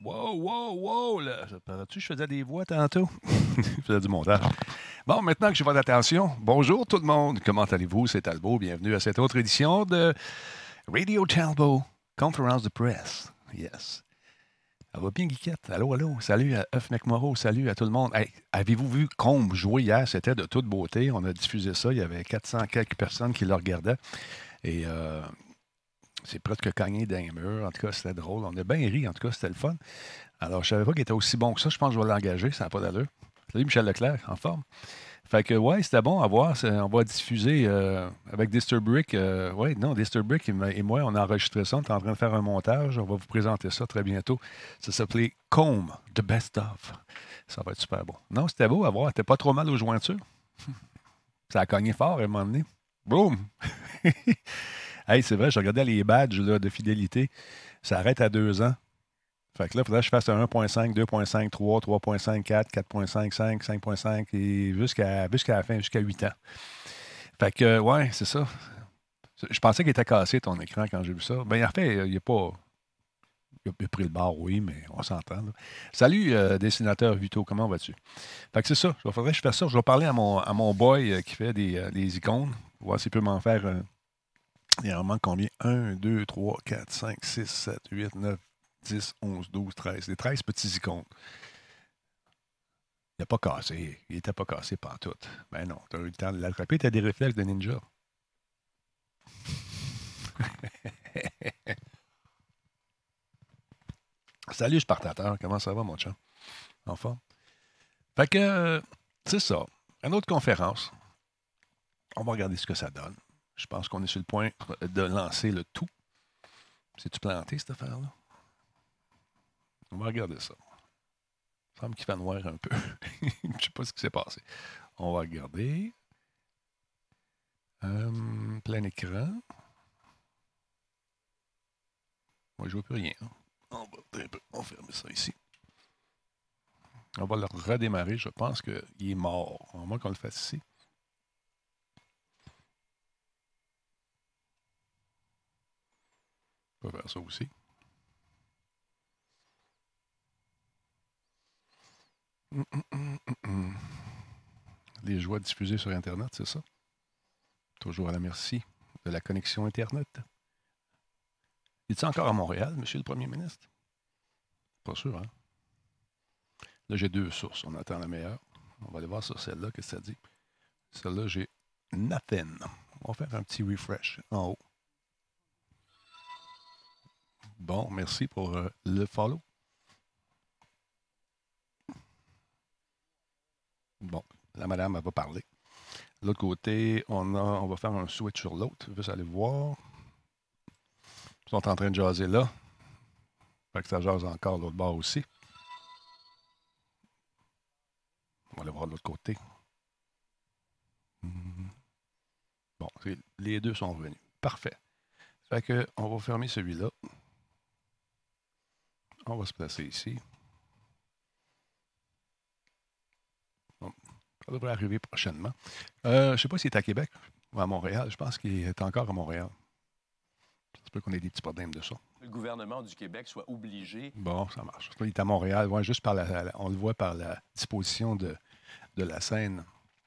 Wow, wow, wow! Là. Ça paraît-tu que je faisais des voix tantôt? Je faisais du montage. Bon, maintenant que j'ai votre attention, bonjour tout le monde. Comment allez-vous? C'est Talbot. Bienvenue à cette autre édition de Radio Talbot, Conference de presse. Yes. Ça va bien, Guiquette? Allô, allô. Salut à Euf McMorrow. Salut à tout le monde. Hey, avez-vous vu Combe jouer hier? C'était de toute beauté. On a diffusé ça. Il y avait 400 quelques personnes qui le regardaient. Et c'est presque cogné d'un mur. En tout cas, c'était drôle. On a bien ri. En tout cas, c'était le fun. Alors, je savais pas qu'il était aussi bon que ça. Je pense que je vais l'engager. Ça n'a pas d'allure. Salut, Michel Leclerc, en forme. Fait que, ouais, c'était bon à voir. On va diffuser avec Disturbrick. Ouais, non, Disturbrick et moi, on a enregistré ça. On est en train de faire un montage. On va vous présenter ça très bientôt. Ça s'appelait Comb, The Best Of. Ça va être super bon. Non, c'était beau à voir. T'es pas trop mal aux jointures. Ça a cogné fort à un moment donné. Boum! Hey, c'est vrai, je regardais les badges là, de fidélité. Ça arrête à 2 ans. Fait que là, il faudrait que je fasse un 1.5, 2.5, 3, 3.5, 4, 4.5, 5, 5.5 et jusqu'à la fin, jusqu'à 8 ans. Fait que, ouais, c'est ça. Je pensais qu'il était cassé ton écran quand j'ai vu ça. Ben, en fait, il n'a pas. Il a pris le bar, oui, mais on s'entend. Là. Salut, dessinateur Vito, comment vas-tu? Fait que c'est ça. Il faudrait que je fasse ça. Je vais parler à mon boy qui fait des icônes. Voir s'il peut m'en faire. Il en manque combien? 1, 2, 3, 4, 5, 6, 7, 8, 9, 10, 11, 12, 13. Les 13 petits icônes. Il n'a pas cassé. Il n'était pas cassé pantoute. Ben non, tu as eu le temps de l'attraper. Tu as des réflexes de ninja. Salut, Spartateur. Comment ça va, mon chat? En forme? Fait que, c'est ça. Une autre conférence. On va regarder ce que ça donne. Je pense qu'on est sur le point de lancer le tout. C'est-tu planté, cette affaire-là? On va regarder ça. Il semble qu'il fait noir un peu. Je ne sais pas ce qui s'est passé. On va regarder. Plein écran. Moi, je ne vois plus rien. On va fermer ça ici. On va le redémarrer. Je pense qu'il est mort. À moins qu'on le fasse ici. On peut faire ça aussi. Les joies diffusées sur Internet, c'est ça? Toujours à la merci de la connexion Internet. Est-il encore à Montréal, monsieur le Premier ministre? Pas sûr, hein? Là, j'ai 2 sources. On attend la meilleure. On va aller voir sur celle-là. Qu'est-ce que ça dit? Celle-là, j'ai nothing. On va faire un petit refresh en haut. Bon, merci pour le follow. Bon, la madame, elle va parler. De l'autre côté, on va faire un switch sur l'autre. Juste aller voir. Ils sont en train de jaser là. Fait que ça jase encore l'autre bord aussi. On va aller voir de l'autre côté. Bon, les deux sont revenus. Parfait. Fait que on va fermer celui-là. On va se placer ici. Bon, ça devrait arriver prochainement. Je ne sais pas s'il est à Québec ou à Montréal. Je pense qu'il est encore à Montréal. Ça se peut qu'on ait des petits problèmes de ça. Le gouvernement du Québec soit obligé. Bon, ça marche. Il est à Montréal. Ouais, juste par on le voit par la disposition de la scène.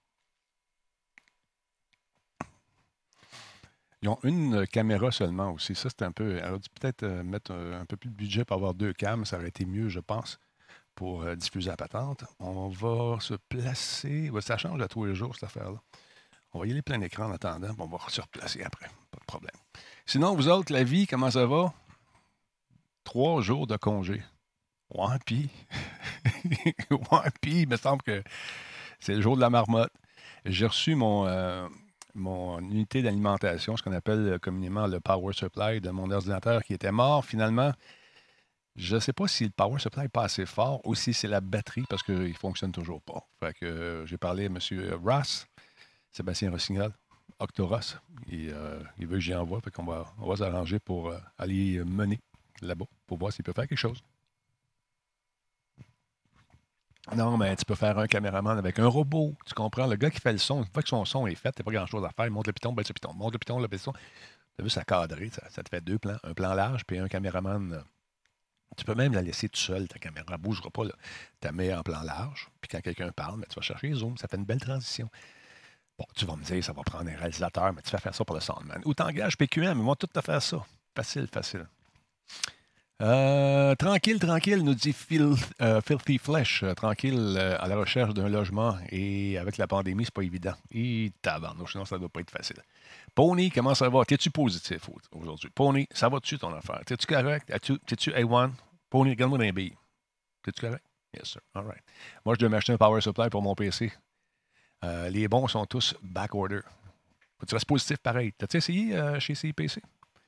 Ils ont une caméra seulement aussi. Ça, c'est un peu. Elle aurait dû peut-être mettre un peu plus de budget pour avoir 2 cams. Ça aurait été mieux, je pense, pour diffuser la patente. On va se placer. Ça change à tous les jours, cette affaire-là. On va y aller plein écran en attendant. On va se replacer après. Pas de problème. Sinon, vous autres, la vie, comment ça va? 3 jours de congé. Ouais, puis. Ouais, puis, il me semble que c'est le jour de la marmotte. J'ai reçu mon unité d'alimentation, ce qu'on appelle communément le power supply de mon ordinateur qui était mort. Finalement, je ne sais pas si le power supply n'est pas assez fort ou si c'est la batterie parce qu'il ne fonctionne toujours pas. Fait que j'ai parlé à M. Ross, Sébastien Rossignol, Octoros. Et, il veut que j'y envoie. Fait qu'on va s'arranger pour aller mener là-bas pour voir s'il peut faire quelque chose. Non, mais tu peux faire un caméraman avec un robot. Tu comprends? Le gars qui fait le son, une fois que son son est fait, t'as pas grand-chose à faire. Il monte le piton, baisse le piton, monte le piton, le piton. Tu as vu, ça cadré. Ça te fait 2 plans. Un plan large puis un caméraman Tu peux même la laisser toute seule, ta caméra. Elle ne bougera pas. Tu la mets en plan large, puis quand quelqu'un parle, tu vas chercher les zooms. Ça fait une belle transition. Bon, tu vas me dire, ça va prendre un réalisateur, mais tu vas faire ça pour le Soundman. Ou t'engages PQM, mais moi, tout te faire ça. Facile, facile. Tranquille, nous dit Filthy Flesh. Tranquille, à la recherche d'un logement. Et avec la pandémie, c'est pas évident. Et tabarnouche, sinon ça doit pas être facile. Pony, comment ça va? T'es-tu positif aujourd'hui? Pony, ça va-tu ton affaire? T'es-tu correct? T'es-tu A1? Pony, regarde-moi dans les billes. T'es-tu correct? Yes, sir. All right. Moi, je dois m'acheter un power supply pour mon PC. Les bons sont tous back-order. Tu restes positif pareil. T'as-tu essayé chez CIPC?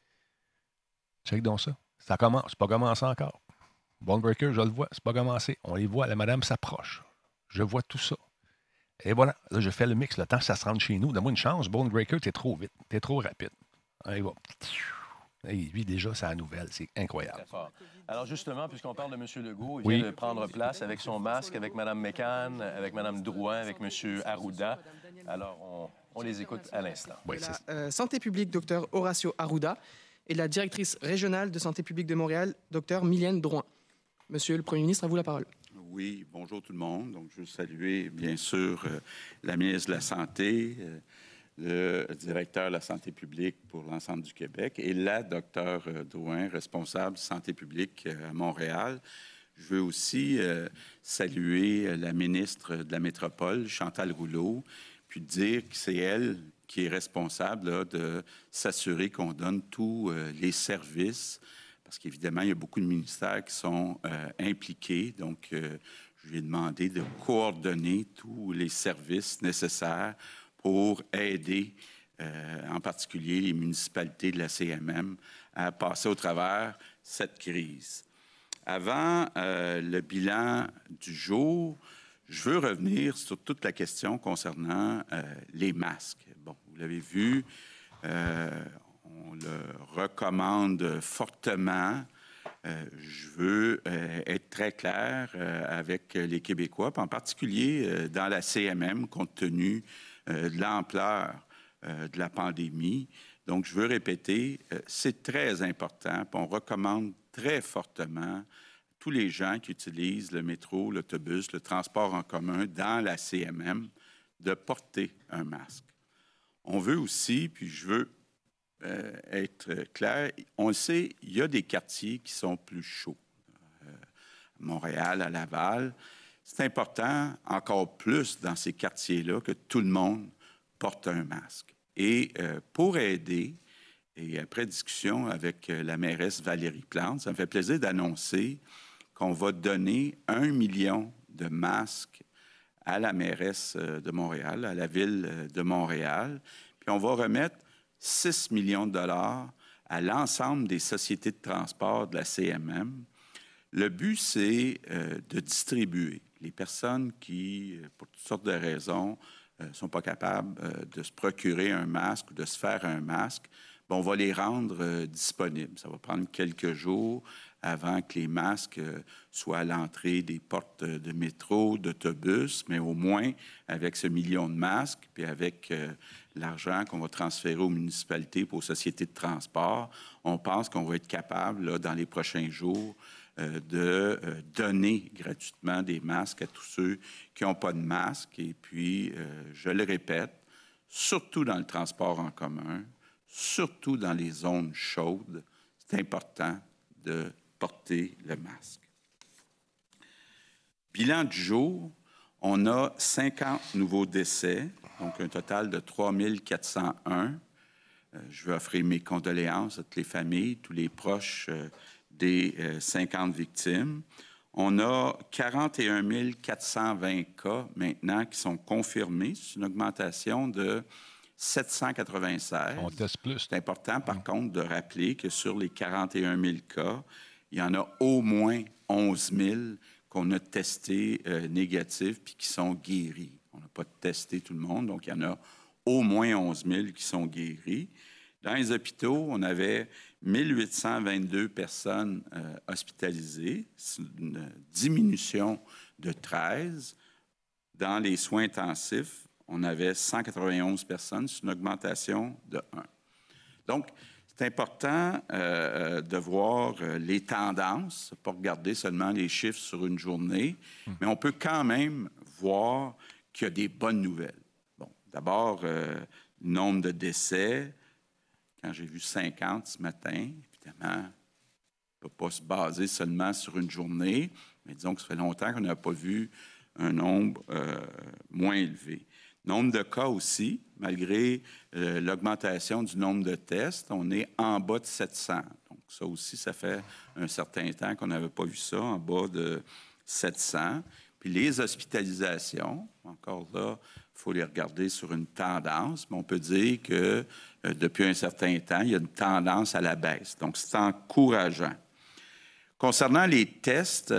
Check donc ça. Ça commence. C'est pas commencé encore. Bonebreaker, je le vois. C'est pas commencé. On les voit. La madame s'approche. Je vois tout ça. Et voilà. Là, je fais le mix. Le temps que ça se rende chez nous. Donne-moi une chance. Bonebreaker, t'es trop vite. T'es trop rapide. Allez, va. Et lui, déjà, c'est la nouvelle. C'est incroyable. Très fort. Alors, justement, puisqu'on parle de M. Legault, il vient de prendre place avec son masque, avec Mme McCann, avec Mme Drouin, avec M. Arruda. Alors, on les écoute à l'instant. Oui, la santé publique, Dr Horacio Arruda, et la directrice régionale de santé publique de Montréal, Dr Mylène Drouin. Monsieur le Premier ministre, à vous la parole. Oui, bonjour tout le monde. Donc, je veux saluer, bien sûr, la ministre de la Santé, le directeur de la santé publique pour l'ensemble du Québec et la docteure Drouin, responsable de santé publique à Montréal. Je veux aussi saluer la ministre de la Métropole, Chantal Rouleau, puis dire que c'est elle qui est responsable là, de s'assurer qu'on donne tous les services, parce qu'évidemment, il y a beaucoup de ministères qui sont impliqués. Donc, je lui ai demandé de coordonner tous les services nécessaires pour aider, en particulier les municipalités de la CMM, à passer au travers cette crise. Avant le bilan du jour, je veux revenir sur toute la question concernant les masques. Bon, vous l'avez vu, on le recommande fortement. Je veux être très clair avec les Québécois, puis en particulier dans la CMM, compte tenu de l'ampleur de la pandémie. Donc, je veux répéter, c'est très important, puis on recommande très fortement tous les gens qui utilisent le métro, l'autobus, le transport en commun dans la CMM de porter un masque. On veut aussi, puis je veux être clair, on le sait, il y a des quartiers qui sont plus chauds. À Montréal, à Laval, c'est important, encore plus dans ces quartiers-là, que tout le monde porte un masque. Et pour aider, et après discussion avec la mairesse Valérie Plante, ça me fait plaisir d'annoncer qu'on va donner 1 million de masques à la mairesse de Montréal, à la ville de Montréal. Puis on va remettre 6 millions de dollars à l'ensemble des sociétés de transport de la CMM. Le but, c'est de distribuer les personnes qui, pour toutes sortes de raisons, ne sont pas capables de se procurer un masque ou de se faire un masque. Bien, on va les rendre disponibles. Ça va prendre quelques jours avant que les masques soient à l'entrée des portes de métro, d'autobus, mais au moins, avec ce million de masques, puis avec l'argent qu'on va transférer aux municipalités pour aux sociétés de transport, on pense qu'on va être capable, là, dans les prochains jours, de donner gratuitement des masques à tous ceux qui n'ont pas de masque. Et puis, je le répète, surtout dans le transport en commun, surtout dans les zones chaudes, c'est important de porter le masque. Bilan du jour, on a 50 nouveaux décès, donc un total de 3 401. Je veux offrir mes condoléances à toutes les familles, tous les proches des 50 victimes. On a 41 420 cas maintenant qui sont confirmés. C'est une augmentation de 796. On teste plus. C'est important, par contre, de rappeler que sur les 41 000 cas, il y en a au moins 11 000 qu'on a testés négatifs puis qui sont guéris. On n'a pas testé tout le monde, donc il y en a au moins 11 000 qui sont guéris. Dans les hôpitaux, on avait 1822 personnes hospitalisées. C'est une diminution de 13. Dans les soins intensifs, on avait 191 personnes. C'est une augmentation de 1. Donc, c'est c'est important de voir les tendances, pas regarder seulement les chiffres sur une journée, mais on peut quand même voir qu'il y a des bonnes nouvelles. Bon, d'abord, le nombre de décès, quand j'ai vu 50 ce matin, évidemment, on ne peut pas se baser seulement sur une journée, mais disons que ça fait longtemps qu'on n'a pas vu un nombre moins élevé. Nombre de cas aussi, malgré l'augmentation du nombre de tests, on est en bas de 700. Donc ça aussi, ça fait un certain temps qu'on n'avait pas vu ça, en bas de 700. Puis les hospitalisations, encore là, il faut les regarder sur une tendance, mais on peut dire que depuis un certain temps, il y a une tendance à la baisse. Donc c'est encourageant. Concernant les tests,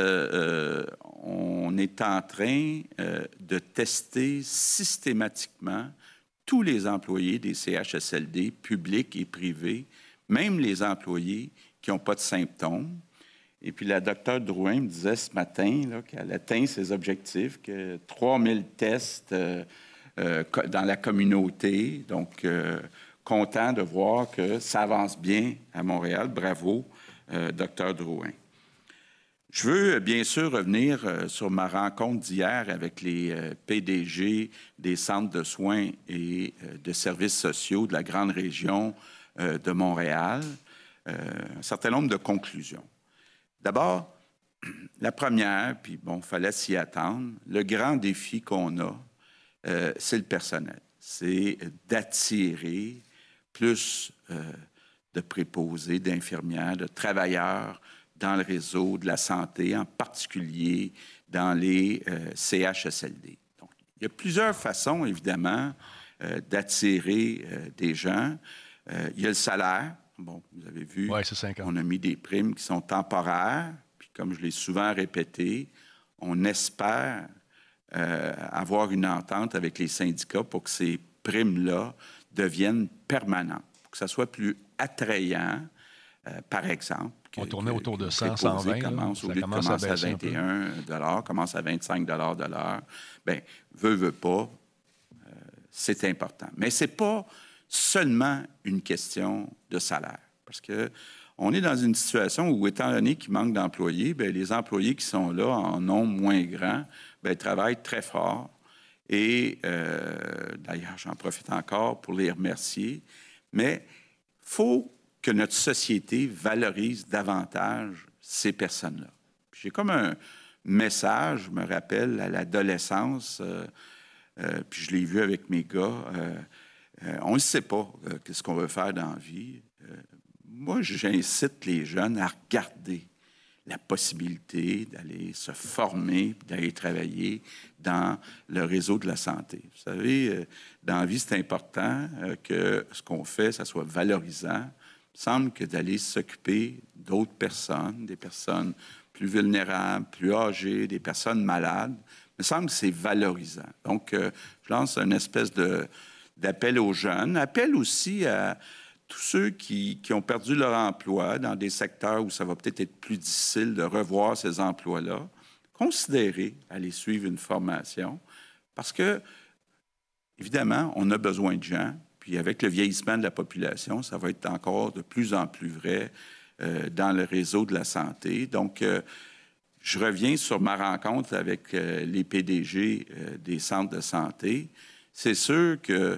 on est en train de tester systématiquement tous les employés des CHSLD, publics et privés, même les employés qui n'ont pas de symptômes. Et puis la docteure Drouin me disait ce matin qu'elle atteint ses objectifs, que 3000 tests dans la communauté. Donc, content de voir que ça avance bien à Montréal. Bravo, docteur Drouin. Je veux bien sûr revenir sur ma rencontre d'hier avec les PDG des centres de soins et de services sociaux de la grande région de Montréal. Un certain nombre de conclusions. D'abord, la première, puis bon, il fallait s'y attendre, le grand défi qu'on a, c'est le personnel. C'est d'attirer plus de préposés, d'infirmières, de travailleurs dans le réseau de la santé, en particulier dans les CHSLD. Donc, il y a plusieurs façons, évidemment, d'attirer des gens. Il y a le salaire. Bon, vous avez vu, on a mis des primes qui sont temporaires. Puis, comme je l'ai souvent répété, on espère avoir une entente avec les syndicats pour que ces primes-là deviennent permanentes, pour que ça soit plus attrayant, par exemple. On tournait autour de 100, 120. Au lieu de commencer à 21 commence à 25 de l'heure. Bien, veut pas, c'est important. Mais ce n'est pas seulement une question de salaire. Parce qu'on est dans une situation où, étant donné qu'il manque d'employés, bien, les employés qui sont là en nombre moins grand, bien, travaillent très fort. Et d'ailleurs, j'en profite encore pour les remercier. Mais il faut que notre société valorise davantage ces personnes-là. J'ai comme un message, je me rappelle, à l'adolescence, puis je l'ai vu avec mes gars, on ne sait pas qu'est-ce qu'on veut faire dans la vie. Moi, j'incite les jeunes à regarder la possibilité d'aller se former, d'aller travailler dans le réseau de la santé. Vous savez, dans la vie, c'est important que ce qu'on fait, ça soit valorisant. Il me semble que d'aller s'occuper d'autres personnes, des personnes plus vulnérables, plus âgées, des personnes malades, il me semble que c'est valorisant. Donc, je lance une espèce d'appel aux jeunes, appel aussi à tous ceux qui ont perdu leur emploi dans des secteurs où ça va peut-être être plus difficile de revoir ces emplois-là. Considérez aller suivre une formation parce que, évidemment, on a besoin de gens. Puis avec le vieillissement de la population, ça va être encore de plus en plus vrai dans le réseau de la santé. Donc, je reviens sur ma rencontre avec les PDG des centres de santé. C'est sûr que,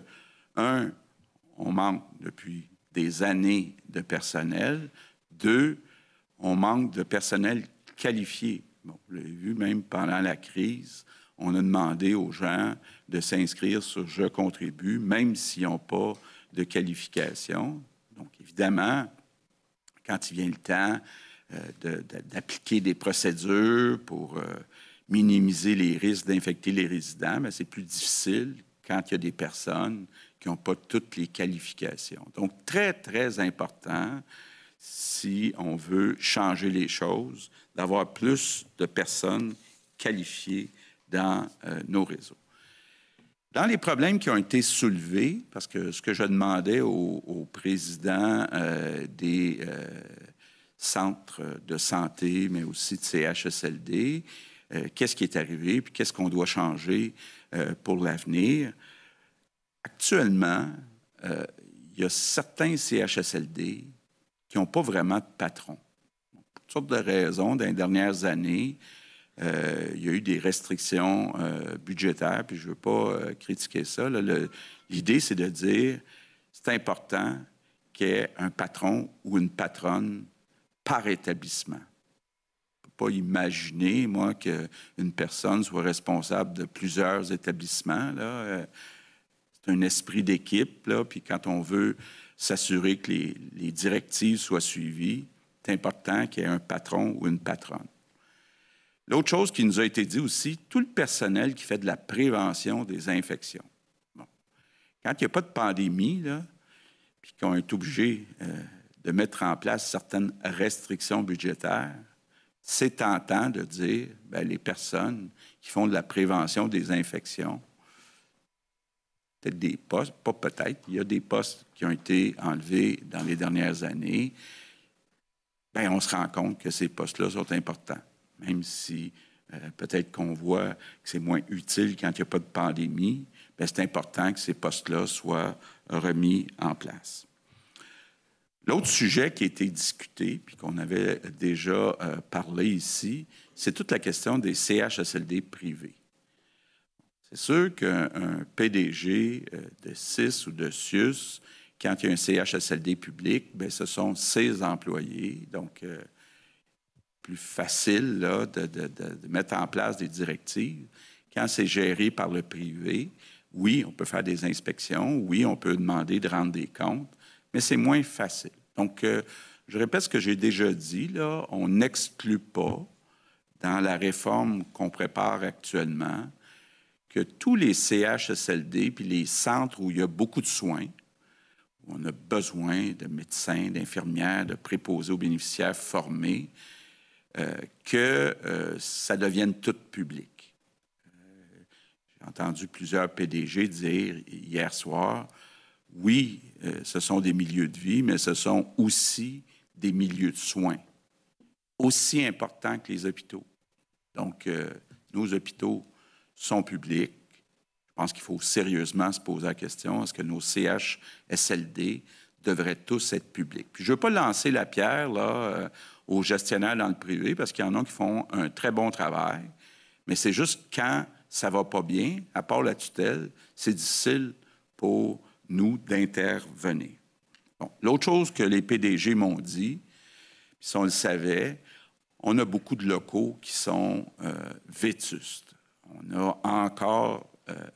on manque depuis des années de personnel. 2, on manque de personnel qualifié. Bon, vous l'avez vu, même pendant la crise, on a demandé aux gens de s'inscrire sur « Je contribue », même s'ils n'ont pas de qualification. Donc, évidemment, quand il vient le temps d'appliquer des procédures pour minimiser les risques d'infecter les résidents, bien, c'est plus difficile quand il y a des personnes qui n'ont pas toutes les qualifications. Donc, très, très important, si on veut changer les choses, d'avoir plus de personnes qualifiées dans nos réseaux. Dans les problèmes qui ont été soulevés, parce que ce que je demandais au président des centres de santé, mais aussi de CHSLD, qu'est-ce qui est arrivé, puis qu'est-ce qu'on doit changer pour l'avenir. Actuellement, il y a certains CHSLD qui n'ont pas vraiment de patron. Pour toutes sortes de raisons, dans les dernières années, il y a eu des restrictions budgétaires, puis je ne veux pas critiquer ça. Là. L'idée, c'est de dire c'est important qu'il y ait un patron ou une patronne par établissement. Je ne peux pas imaginer, moi, qu'une personne soit responsable de plusieurs établissements. Là. C'est un esprit d'équipe, là, puis quand on veut s'assurer que les directives soient suivies, c'est important qu'il y ait un patron ou une patronne. L'autre chose qui nous a été dit aussi, tout le personnel qui fait de la prévention des infections. Bon. Quand il n'y a pas de pandémie, là, puis qu'on est obligé de mettre en place certaines restrictions budgétaires, c'est tentant de dire, bien, les personnes qui font de la prévention des infections, peut-être des postes, pas peut-être, il y a des postes qui ont été enlevés dans les dernières années, bien, on se rend compte que ces postes-là sont importants. Même si peut-être qu'on voit que c'est moins utile quand il n'y a pas de pandémie, bien, c'est important que ces postes-là soient remis en place. L'autre sujet qui a été discuté, puis qu'on avait déjà parlé ici, c'est toute la question des CHSLD privés. C'est sûr qu'un PDG de CIS ou de CIUS, quand il y a un CHSLD public, bien, ce sont ses employés, donc plus facile là, de mettre en place des directives. Quand c'est géré par le privé, oui, on peut faire des inspections, oui, on peut demander de rendre des comptes, mais c'est moins facile. Donc, je répète ce que j'ai déjà dit, là, on n'exclut pas, dans la réforme qu'on prépare actuellement, que tous les CHSLD puis les centres où il y a beaucoup de soins, où on a besoin de médecins, d'infirmières, de préposés aux bénéficiaires formés, que ça devienne tout public. J'ai entendu plusieurs PDG dire hier soir, oui, ce sont des milieux de vie, mais ce sont aussi des milieux de soins, aussi importants que les hôpitaux. Donc, nos hôpitaux sont publics. Je pense qu'il faut sérieusement se poser la question, est-ce que nos CHSLD devraient tous être publics? Puis je ne veux pas lancer la pierre, là, aux gestionnaires dans le privé, parce qu'il y en a qui font un très bon travail, mais c'est juste quand ça ne va pas bien, à part la tutelle, c'est difficile pour nous d'intervenir. Bon. L'autre chose que les PDG m'ont dit, puis si on le savait, on a beaucoup de locaux qui sont vétustes. On a encore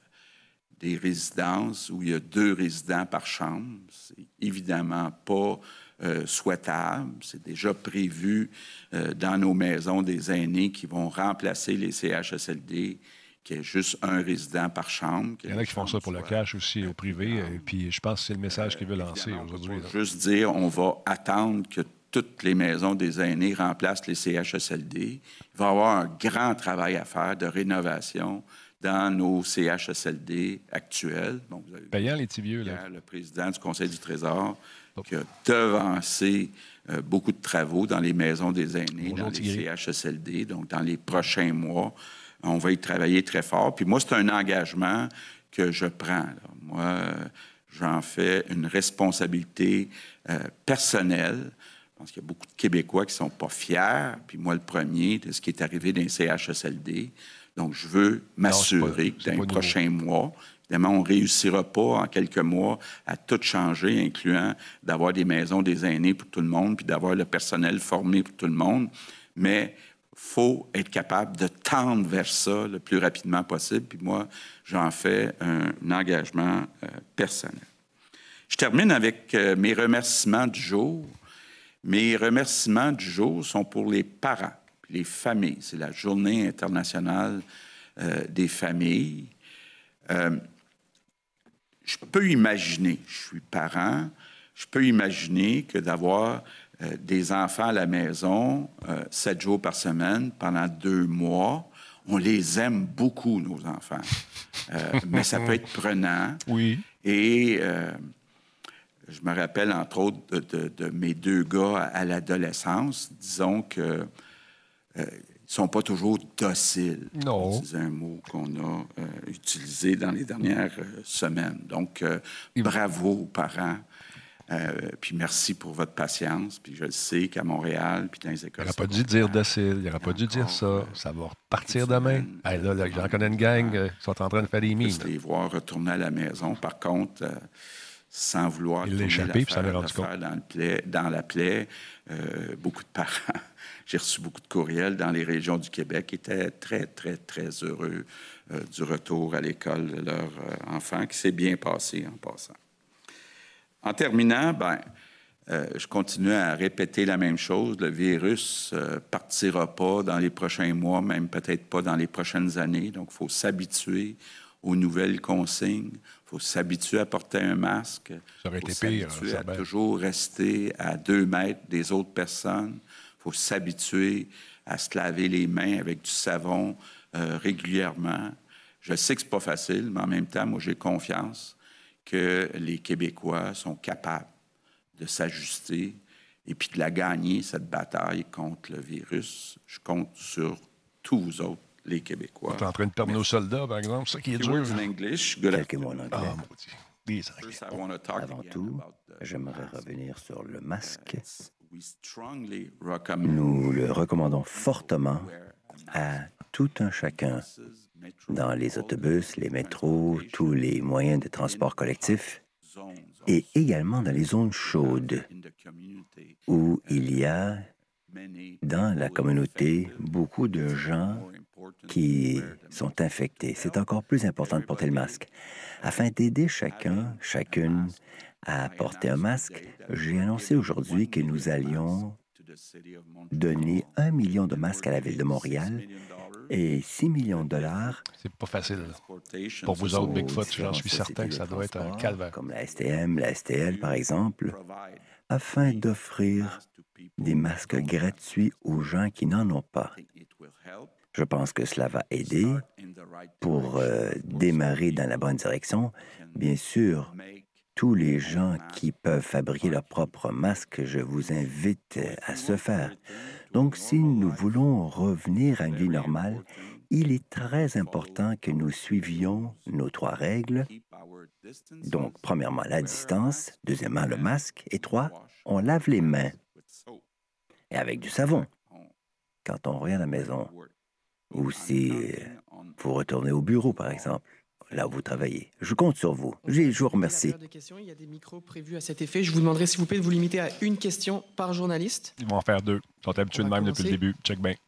des résidences où il y a 2 résidents par chambre. C'est évidemment pas souhaitable. C'est déjà prévu dans nos maisons des aînés qui vont remplacer les CHSLD, qui est juste 1 résident par chambre. Il y en a qui font ça pour le cash aussi au privé, et puis je pense que c'est le message qu'il veut lancer aujourd'hui. Juste dire, on va attendre que toutes les maisons des aînés remplacent les CHSLD. Il va y avoir un grand travail à faire de rénovation dans nos CHSLD actuels. Bon, vous avez payant les petits vieux, là. Le président du Conseil du Trésor qui a devancé beaucoup de travaux dans les maisons des aînés, dans les CHSLD. Donc, dans les prochains mois, on va y travailler très fort. Puis moi, c'est un engagement que je prends. Là. Moi, j'en fais une responsabilité personnelle. Je pense qu'il y a beaucoup de Québécois qui ne sont pas fiers, puis moi le premier, de ce qui est arrivé dans les CHSLD. Donc, je veux m'assurer que dans les prochains mois, évidemment, on ne réussira pas en quelques mois à tout changer, incluant d'avoir des maisons des aînés pour tout le monde, puis d'avoir le personnel formé pour tout le monde. Mais il faut être capable de tendre vers ça le plus rapidement possible. Puis moi, j'en fais un engagement personnel. Je termine avec mes remerciements du jour. Mes remerciements du jour sont pour les parents, les familles. C'est la Journée internationale des familles. Je peux imaginer, je suis parent, je peux imaginer que d'avoir des enfants à la maison 7 jours par semaine pendant 2 mois, on les aime beaucoup, nos enfants. Mais ça peut être prenant. Oui. Et je me rappelle, entre autres, de mes 2 gars à l'adolescence. Disons que ils ne sont pas toujours dociles. Non. C'est un mot qu'on a utilisé dans les dernières semaines. Donc, bravo aux parents Puis merci pour votre patience. Puis je le sais qu'à Montréal, puis dans les écoles... Il n'aurait pas dû dire d'acide, il n'aurait pas dû dire ça. Ça va repartir demain. Hey, là, j'en connais une gang, ils sont en train de faire des mines. Juste les voir retourner à la maison. Par contre, sans vouloir il l'a échappé, puis ça m'est rendu compte. Dans la plaie, beaucoup de parents, j'ai reçu beaucoup de courriels dans les régions du Québec qui étaient très, très, très heureux du retour à l'école de leur enfant, qui s'est bien passé en passant. En terminant, je continue à répéter la même chose. Le virus ne partira pas dans les prochains mois, même peut-être pas dans les prochaines années. Donc, il faut s'habituer aux nouvelles consignes. Il faut s'habituer à porter un masque. Ça aurait été pire. Il faut toujours rester à 2 mètres des autres personnes. Il faut s'habituer à se laver les mains avec du savon régulièrement. Je sais que ce n'est pas facile, mais en même temps, moi, j'ai confiance que les Québécois sont capables de s'ajuster et puis de la gagner, cette bataille contre le virus. Je compte sur tous vous autres, les Québécois. Tu es en train de perdre nos soldats, par exemple, ça qui est dur. Quelques mots en anglais. Avant tout, j'aimerais revenir sur le masque. Nous le recommandons fortement à tout un chacun dans les autobus, les métros, tous les moyens de transport collectif et également dans les zones chaudes où il y a dans la communauté beaucoup de gens qui sont infectés. C'est encore plus important de porter le masque. Afin d'aider chacune à porter un masque, j'ai annoncé aujourd'hui que nous allions donner 1 million de masques à la Ville de Montréal et 6 millions de dollars. C'est pas facile. Pour vous autres, Bigfoot, j'en suis certain que ça doit être un calvaire. Comme la STM, la STL, par exemple, afin d'offrir des masques gratuits aux gens qui n'en ont pas. Je pense que cela va aider pour démarrer dans la bonne direction. Bien sûr, tous les gens qui peuvent fabriquer leur propre masque, je vous invite à ce faire. Donc, si nous voulons revenir à une vie normale, il est très important que nous suivions nos 3 règles. Donc, premièrement, la distance. Deuxièmement, le masque. Et 3, on lave les mains. Et avec du savon. Quand on revient à la maison. Ou si vous retournez au bureau, par exemple, là où vous travaillez. Je compte sur vous. Je vous remercie. Il y a des micros prévus à cet effet. Je vous demanderai, s'il vous plaît, de vous limiter à une question par journaliste. Ils vont en faire 2. Ils sont habitués de même depuis le début. Check bien.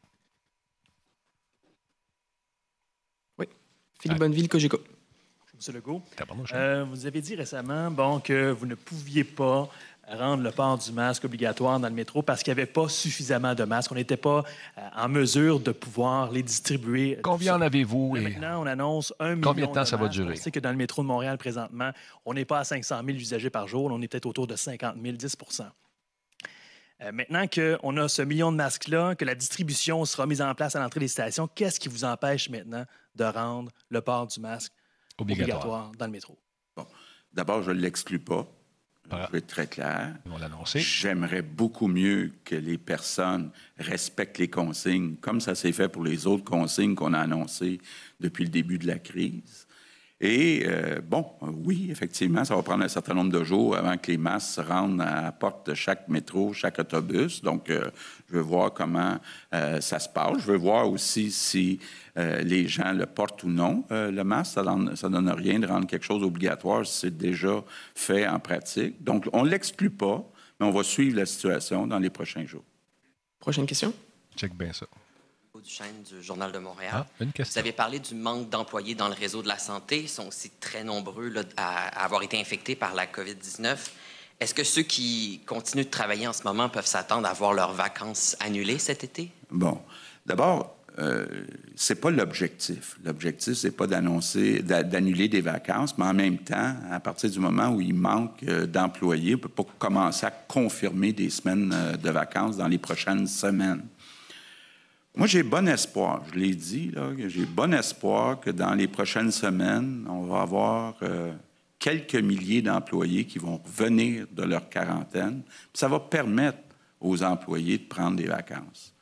Oui. Philippe Bonneville, Cogeco. M. Legault, vous avez dit récemment que vous ne pouviez pas rendre le port du masque obligatoire dans le métro parce qu'il n'y avait pas suffisamment de masques. On n'était pas en mesure de pouvoir les distribuer. Combien en avez-vous? Et maintenant, on annonce 1 million. Combien de temps ça va durer? On sait que dans le métro de Montréal, présentement, on n'est pas à 500 000 usagers par jour. On est peut-être autour de 50 000, 10 Maintenant qu'on a ce million de masques-là, que la distribution sera mise en place à l'entrée des stations, qu'est-ce qui vous empêche maintenant de rendre le port du masque obligatoire dans le métro? Bon. D'abord, je ne l'exclus pas. Je vais être très clair. Ils vont l'annoncer. J'aimerais beaucoup mieux que les personnes respectent les consignes, comme ça s'est fait pour les autres consignes qu'on a annoncées depuis le début de la crise. Et, oui, effectivement, ça va prendre un certain nombre de jours avant que les masques se rendent à la porte de chaque métro, chaque autobus. Donc, je veux voir comment ça se passe. Je veux voir aussi si les gens le portent ou non. Le masque, ça donne rien de rendre quelque chose obligatoire si c'est déjà fait en pratique. Donc, on ne l'exclut pas, mais on va suivre la situation dans les prochains jours. Prochaine question. Check bien ça. Duchesne du Journal de Montréal. Une question. Vous avez parlé du manque d'employés dans le réseau de la santé. Ils sont aussi très nombreux là, à avoir été infectés par la COVID-19. Est-ce que ceux qui continuent de travailler en ce moment peuvent s'attendre à voir leurs vacances annulées cet été? Bon. D'abord, c'est pas l'objectif. L'objectif, c'est pas d'annuler des vacances, mais en même temps, à partir du moment où il manque d'employés, on ne peut pas commencer à confirmer des semaines de vacances dans les prochaines semaines. Moi, j'ai bon espoir, je l'ai dit, là, j'ai bon espoir que dans les prochaines semaines, on va avoir quelques milliers d'employés qui vont revenir de leur quarantaine. Puis ça va permettre aux employés de prendre des vacances.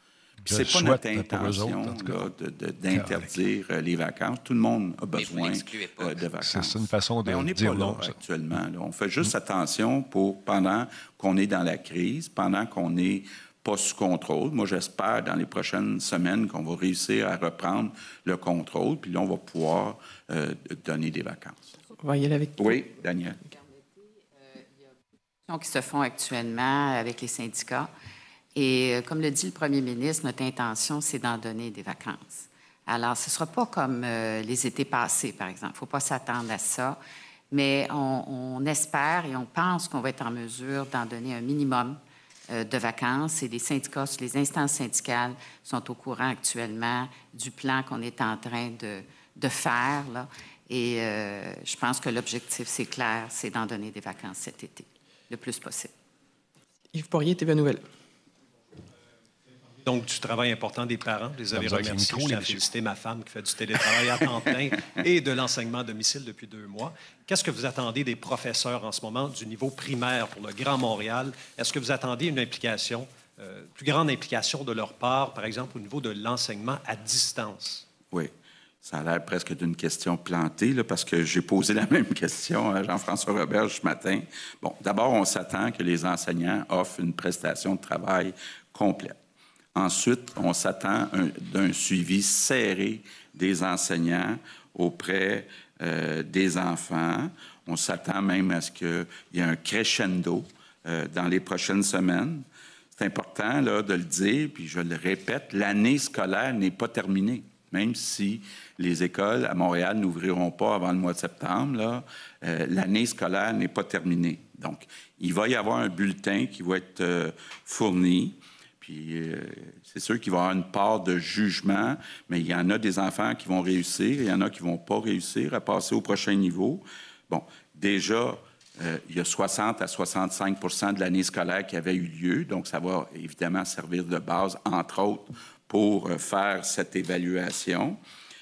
C'est pas notre intention d'interdire les vacances. Tout le monde a besoin de vacances. C'est une façon de on n'est dire pas non. Là, actuellement. Là. On fait juste attention pendant qu'on est dans la crise, pendant qu'on n'est pas sous contrôle. Moi, j'espère dans les prochaines semaines qu'on va réussir à reprendre le contrôle, puis là, on va pouvoir donner des vacances. On va y aller avec... Oui, Daniel. Qui se font actuellement avec les syndicats. Et comme le dit le premier ministre, notre intention, c'est d'en donner des vacances. Alors, ce ne sera pas comme les étés passés, par exemple. Il ne faut pas s'attendre à ça. Mais on espère et on pense qu'on va être en mesure d'en donner un minimum de vacances. Et les syndicats, les instances syndicales sont au courant actuellement du plan qu'on est en train de faire, là. Et je pense que l'objectif, c'est clair, c'est d'en donner des vacances cet été, le plus possible. Yves Poirier, TVA Nouvelle. Donc, du travail important des parents. Je les avais remerciés. Je tiens à féliciter ma femme qui fait du télétravail à temps plein et de l'enseignement à domicile depuis 2 mois. Qu'est-ce que vous attendez des professeurs en ce moment du niveau primaire pour le Grand Montréal? Est-ce que vous attendez une implication, plus grande implication de leur part, par exemple, au niveau de l'enseignement à distance? Oui. Ça a l'air presque d'une question plantée, là, parce que j'ai posé la même question à Jean-François Roberge ce matin. Bon, d'abord, on s'attend que les enseignants offrent une prestation de travail complète. Ensuite, on s'attend d'un suivi serré des enseignants auprès des enfants. On s'attend même à ce qu'il y ait un crescendo dans les prochaines semaines. C'est important là, de le dire, puis je le répète, l'année scolaire n'est pas terminée. Même si les écoles à Montréal n'ouvriront pas avant le mois de septembre, l'année scolaire n'est pas terminée. Donc, il va y avoir un bulletin qui va être fourni. Puis, c'est sûr qu'il va y avoir une part de jugement, mais il y en a des enfants qui vont réussir, il y en a qui ne vont pas réussir à passer au prochain niveau. Bon, déjà, il y a 60 à 65 % de l'année scolaire qui avait eu lieu, donc ça va évidemment servir de base, entre autres, pour faire cette évaluation.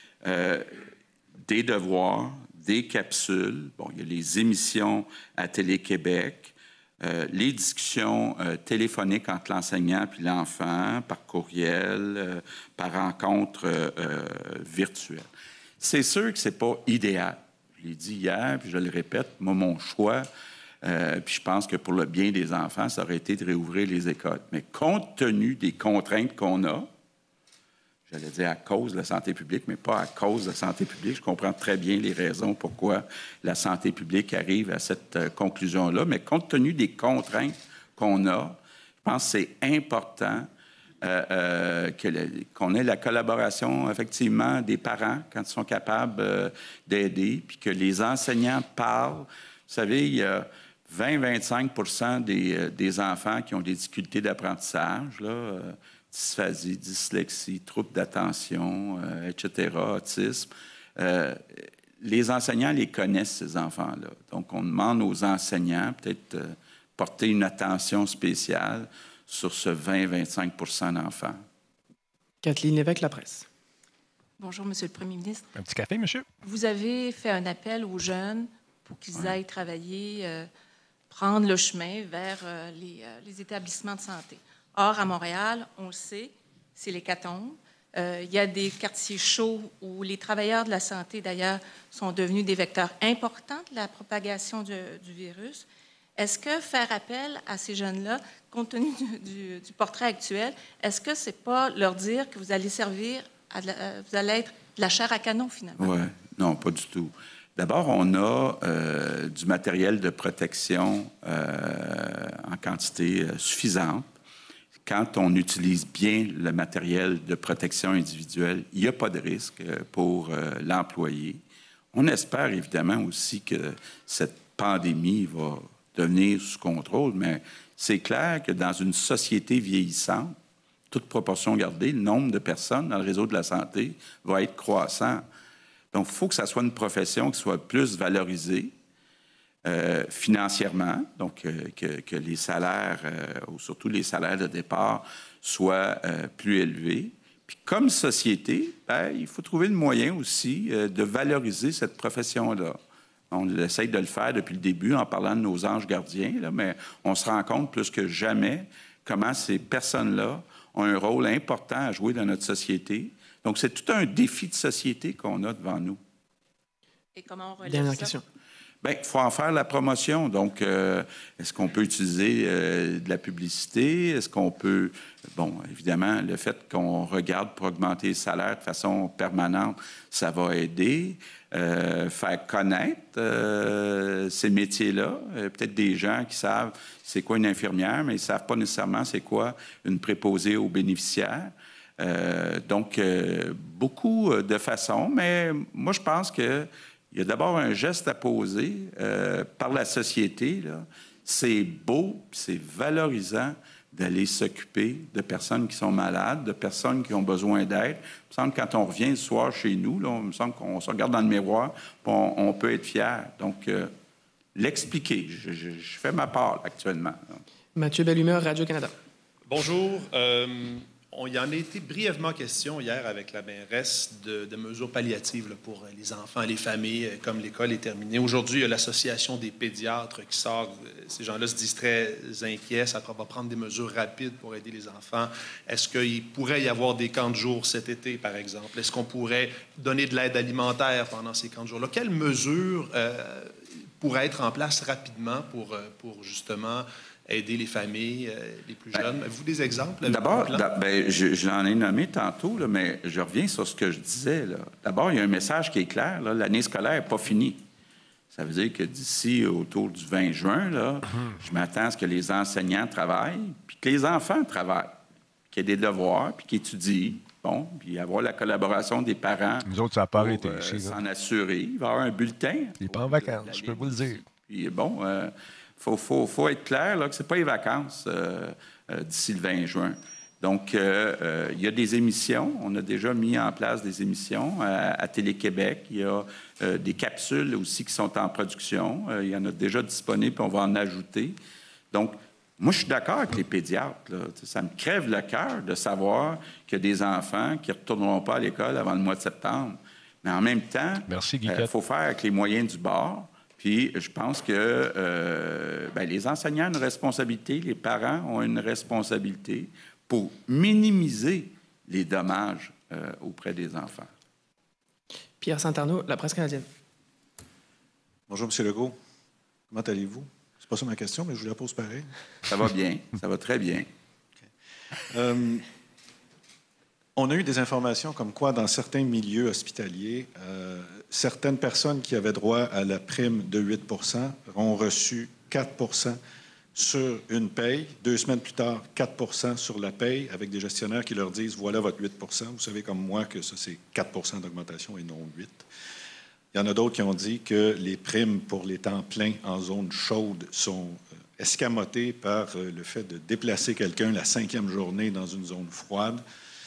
Des devoirs, des capsules, bon, il y a les émissions à Télé-Québec, les discussions téléphoniques entre l'enseignant et l'enfant, par courriel, par rencontre virtuelle. C'est sûr que ce n'est pas idéal. Je l'ai dit hier, puis je le répète, moi, mon choix, puis je pense que pour le bien des enfants, ça aurait été de réouvrir les écoles. Mais compte tenu des contraintes qu'on a, j'allais dire à cause de la santé publique, mais pas à cause de la santé publique. Je comprends très bien les raisons pourquoi la santé publique arrive à cette conclusion-là, mais compte tenu des contraintes qu'on a, je pense que c'est important qu'on ait la collaboration, effectivement, des parents quand ils sont capables d'aider, puis que les enseignants parlent. Vous savez, il y a 20-25 % des enfants qui ont des difficultés d'apprentissage, là, dysphasie, dyslexie, troubles d'attention, etc., autisme. Les enseignants les connaissent, ces enfants-là. Donc, on demande aux enseignants peut-être porter une attention spéciale sur ce 20-25 % d'enfants. Kathleen Lévesque, La Presse. Bonjour, Monsieur le Premier ministre. Un petit café, monsieur? Vous avez fait un appel aux jeunes pour qu'ils aillent travailler, prendre le chemin vers les établissements de santé. Or, à Montréal, on le sait, c'est l'hécatombe. Il y a des quartiers chauds où les travailleurs de la santé, d'ailleurs, sont devenus des vecteurs importants de la propagation du virus. Est-ce que faire appel à ces jeunes-là, compte tenu du portrait actuel, est-ce que ce n'est pas leur dire que vous allez servir, vous allez être de la chair à canon, finalement? Oui, non, pas du tout. D'abord, on a du matériel de protection en quantité suffisante. Quand on utilise bien le matériel de protection individuelle, il n'y a pas de risque pour l'employé. On espère évidemment aussi que cette pandémie va devenir sous contrôle, mais c'est clair que dans une société vieillissante, toute proportion gardée, le nombre de personnes dans le réseau de la santé va être croissant. Donc, il faut que ça soit une profession qui soit plus valorisée financièrement, donc que les salaires, ou surtout les salaires de départ, soient plus élevés. Puis comme société, il faut trouver le moyen aussi de valoriser cette profession-là. On essaye de le faire depuis le début en parlant de nos anges gardiens, là, mais on se rend compte plus que jamais comment ces personnes-là ont un rôle important à jouer dans notre société. Donc, c'est tout un défi de société qu'on a devant nous. Et comment on relève Dernière ça? question. Bien, il faut en faire la promotion. Donc, est-ce qu'on peut utiliser de la publicité? Est-ce qu'on peut... Bon, évidemment, le fait qu'on regarde pour augmenter les salaires de façon permanente, ça va aider. Faire connaître ces métiers-là. Peut-être des gens qui savent c'est quoi une infirmière, mais ils ne savent pas nécessairement c'est quoi une préposée aux bénéficiaires. Donc, beaucoup de façons, mais moi, je pense que il y a d'abord un geste à poser par la société. Là. C'est beau, c'est valorisant d'aller s'occuper de personnes qui sont malades, de personnes qui ont besoin d'aide. Il me semble que quand on revient le soir chez nous, là, il me semble qu'on se regarde dans le miroir, on peut être fier. Donc, l'expliquer. Je fais ma part actuellement. Mathieu Bellumeur, Radio-Canada. Bonjour. Il y en a été brièvement question hier avec la mairesse de mesures palliatives là, pour les enfants et les familles, comme l'école est terminée. Aujourd'hui, il y a l'Association des pédiatres qui sort. Ces gens-là se disent très inquiets. Ça va prendre des mesures rapides pour aider les enfants. Est-ce qu'il pourrait y avoir des camps de jour cet été, par exemple? Est-ce qu'on pourrait donner de l'aide alimentaire pendant ces camps de jour-là? Quelles mesures pourraient être en place rapidement pour justement aider les familles, les plus jeunes? Avez-vous des exemples? D'abord, je l'en ai nommé tantôt, là, mais je reviens sur ce que je disais. Là. D'abord, il y a un message qui est clair. Là, l'année scolaire n'est pas finie. Ça veut dire que d'ici autour du 20 juin, là, je m'attends à ce que les enseignants travaillent, puis que les enfants travaillent, qu'il y ait des devoirs, puis qu'ils étudient. Bon, puis avoir la collaboration des parents. Nous autres, ça n'a pas arrêté ici. S'en assurer. Il va y avoir un bulletin. Il n'est pas en vacances, je peux vous le dire. Puis bon... faut être clair là, que ce n'est pas les vacances d'ici le 20 juin. Donc, il y a des émissions. On a déjà mis en place des émissions à Télé-Québec. Il y a des capsules aussi qui sont en production. Il y en a déjà disponibles, puis on va en ajouter. Donc, moi, je suis d'accord avec les pédiatres. Là. Ça me crève le cœur de savoir qu'il y a des enfants qui ne retourneront pas à l'école avant le mois de septembre. Mais en même temps, il faut faire avec les moyens du bord. Puis, je pense que les enseignants ont une responsabilité, les parents ont une responsabilité pour minimiser les dommages auprès des enfants. Pierre Saint-Arnaud, La Presse canadienne. Bonjour, M. Legault. Comment allez-vous? C'est pas ça ma question, mais je vous la pose pareil. Ça va bien. Ça va très bien. Okay. On a eu des informations comme quoi, dans certains milieux hospitaliers, certaines personnes qui avaient droit à la prime de 8 ont reçu 4 sur une paye. 2 semaines plus tard, 4 sur la paye, avec des gestionnaires qui leur disent « Voilà votre 8 ». Vous savez comme moi que ça, c'est 4 d'augmentation et non 8. Il y en a d'autres qui ont dit que les primes pour les temps pleins en zone chaude sont escamotées par le fait de déplacer quelqu'un la 5e journée dans une zone froide.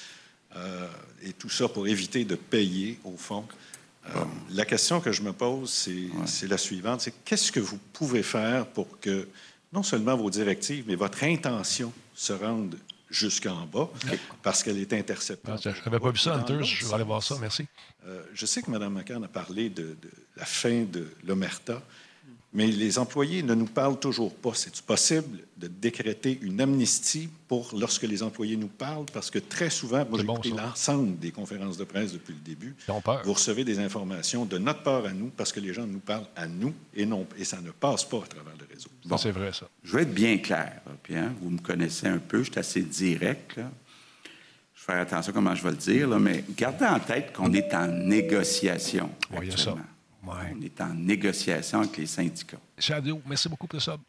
Et tout ça pour éviter de payer, au fond. La question que je me pose, c'est la suivante. C'est qu'est-ce que vous pouvez faire pour que non seulement vos directives, mais votre intention se rende jusqu'en bas, parce qu'elle est interceptée. Je n'avais pas vu ça, Hunter. Je vais aller voir ça. Merci. Je sais que Mme McCann a parlé de la fin de l'Omerta, mais les employés ne nous parlent toujours pas. C'est possible de décréter une amnistie pour lorsque les employés nous parlent? Parce que très souvent, moi, j'ai écouté l'ensemble des conférences de presse depuis le début. Vous recevez des informations de notre part à nous parce que les gens nous parlent à nous et ça ne passe pas à travers le réseau. Bon, c'est vrai, ça. Je vais être bien clair. Puis, vous me connaissez un peu, je suis assez direct. Là. Je vais faire attention à comment je vais le dire, là, mais gardez en tête qu'on est en négociation actuellement. Ouais. On est en négociation avec les syndicats. Shadow, merci beaucoup pour ça.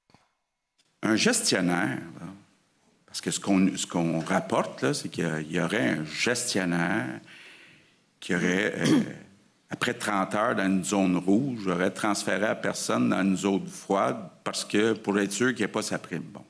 Un gestionnaire, là, parce que ce qu'on rapporte, là, c'est qu'il y aurait un gestionnaire qui aurait, après 30 heures dans une zone rouge, aurait transféré la personne dans une zone froide pour être sûr qu'il n'y ait pas sa prime. Bon.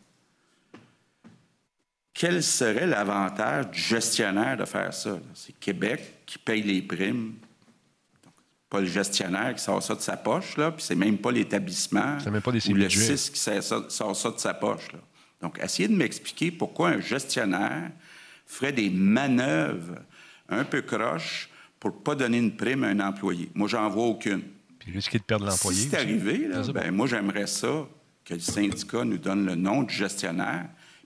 Quel serait l'avantage du gestionnaire de faire ça? Là? C'est Québec qui paye les primes. Pas le gestionnaire qui sort ça de sa poche, là, puis c'est même pas l'établissement ou le CIS qui sort ça de sa poche. Là. Donc, essayez de m'expliquer pourquoi un gestionnaire ferait des manœuvres un peu croches pour ne pas donner une prime à un employé. Moi, j'en vois aucune. Puis risquer de perdre l'employé. Si c'est arrivé, là, moi, j'aimerais ça que le syndicat nous donne le nom du gestionnaire,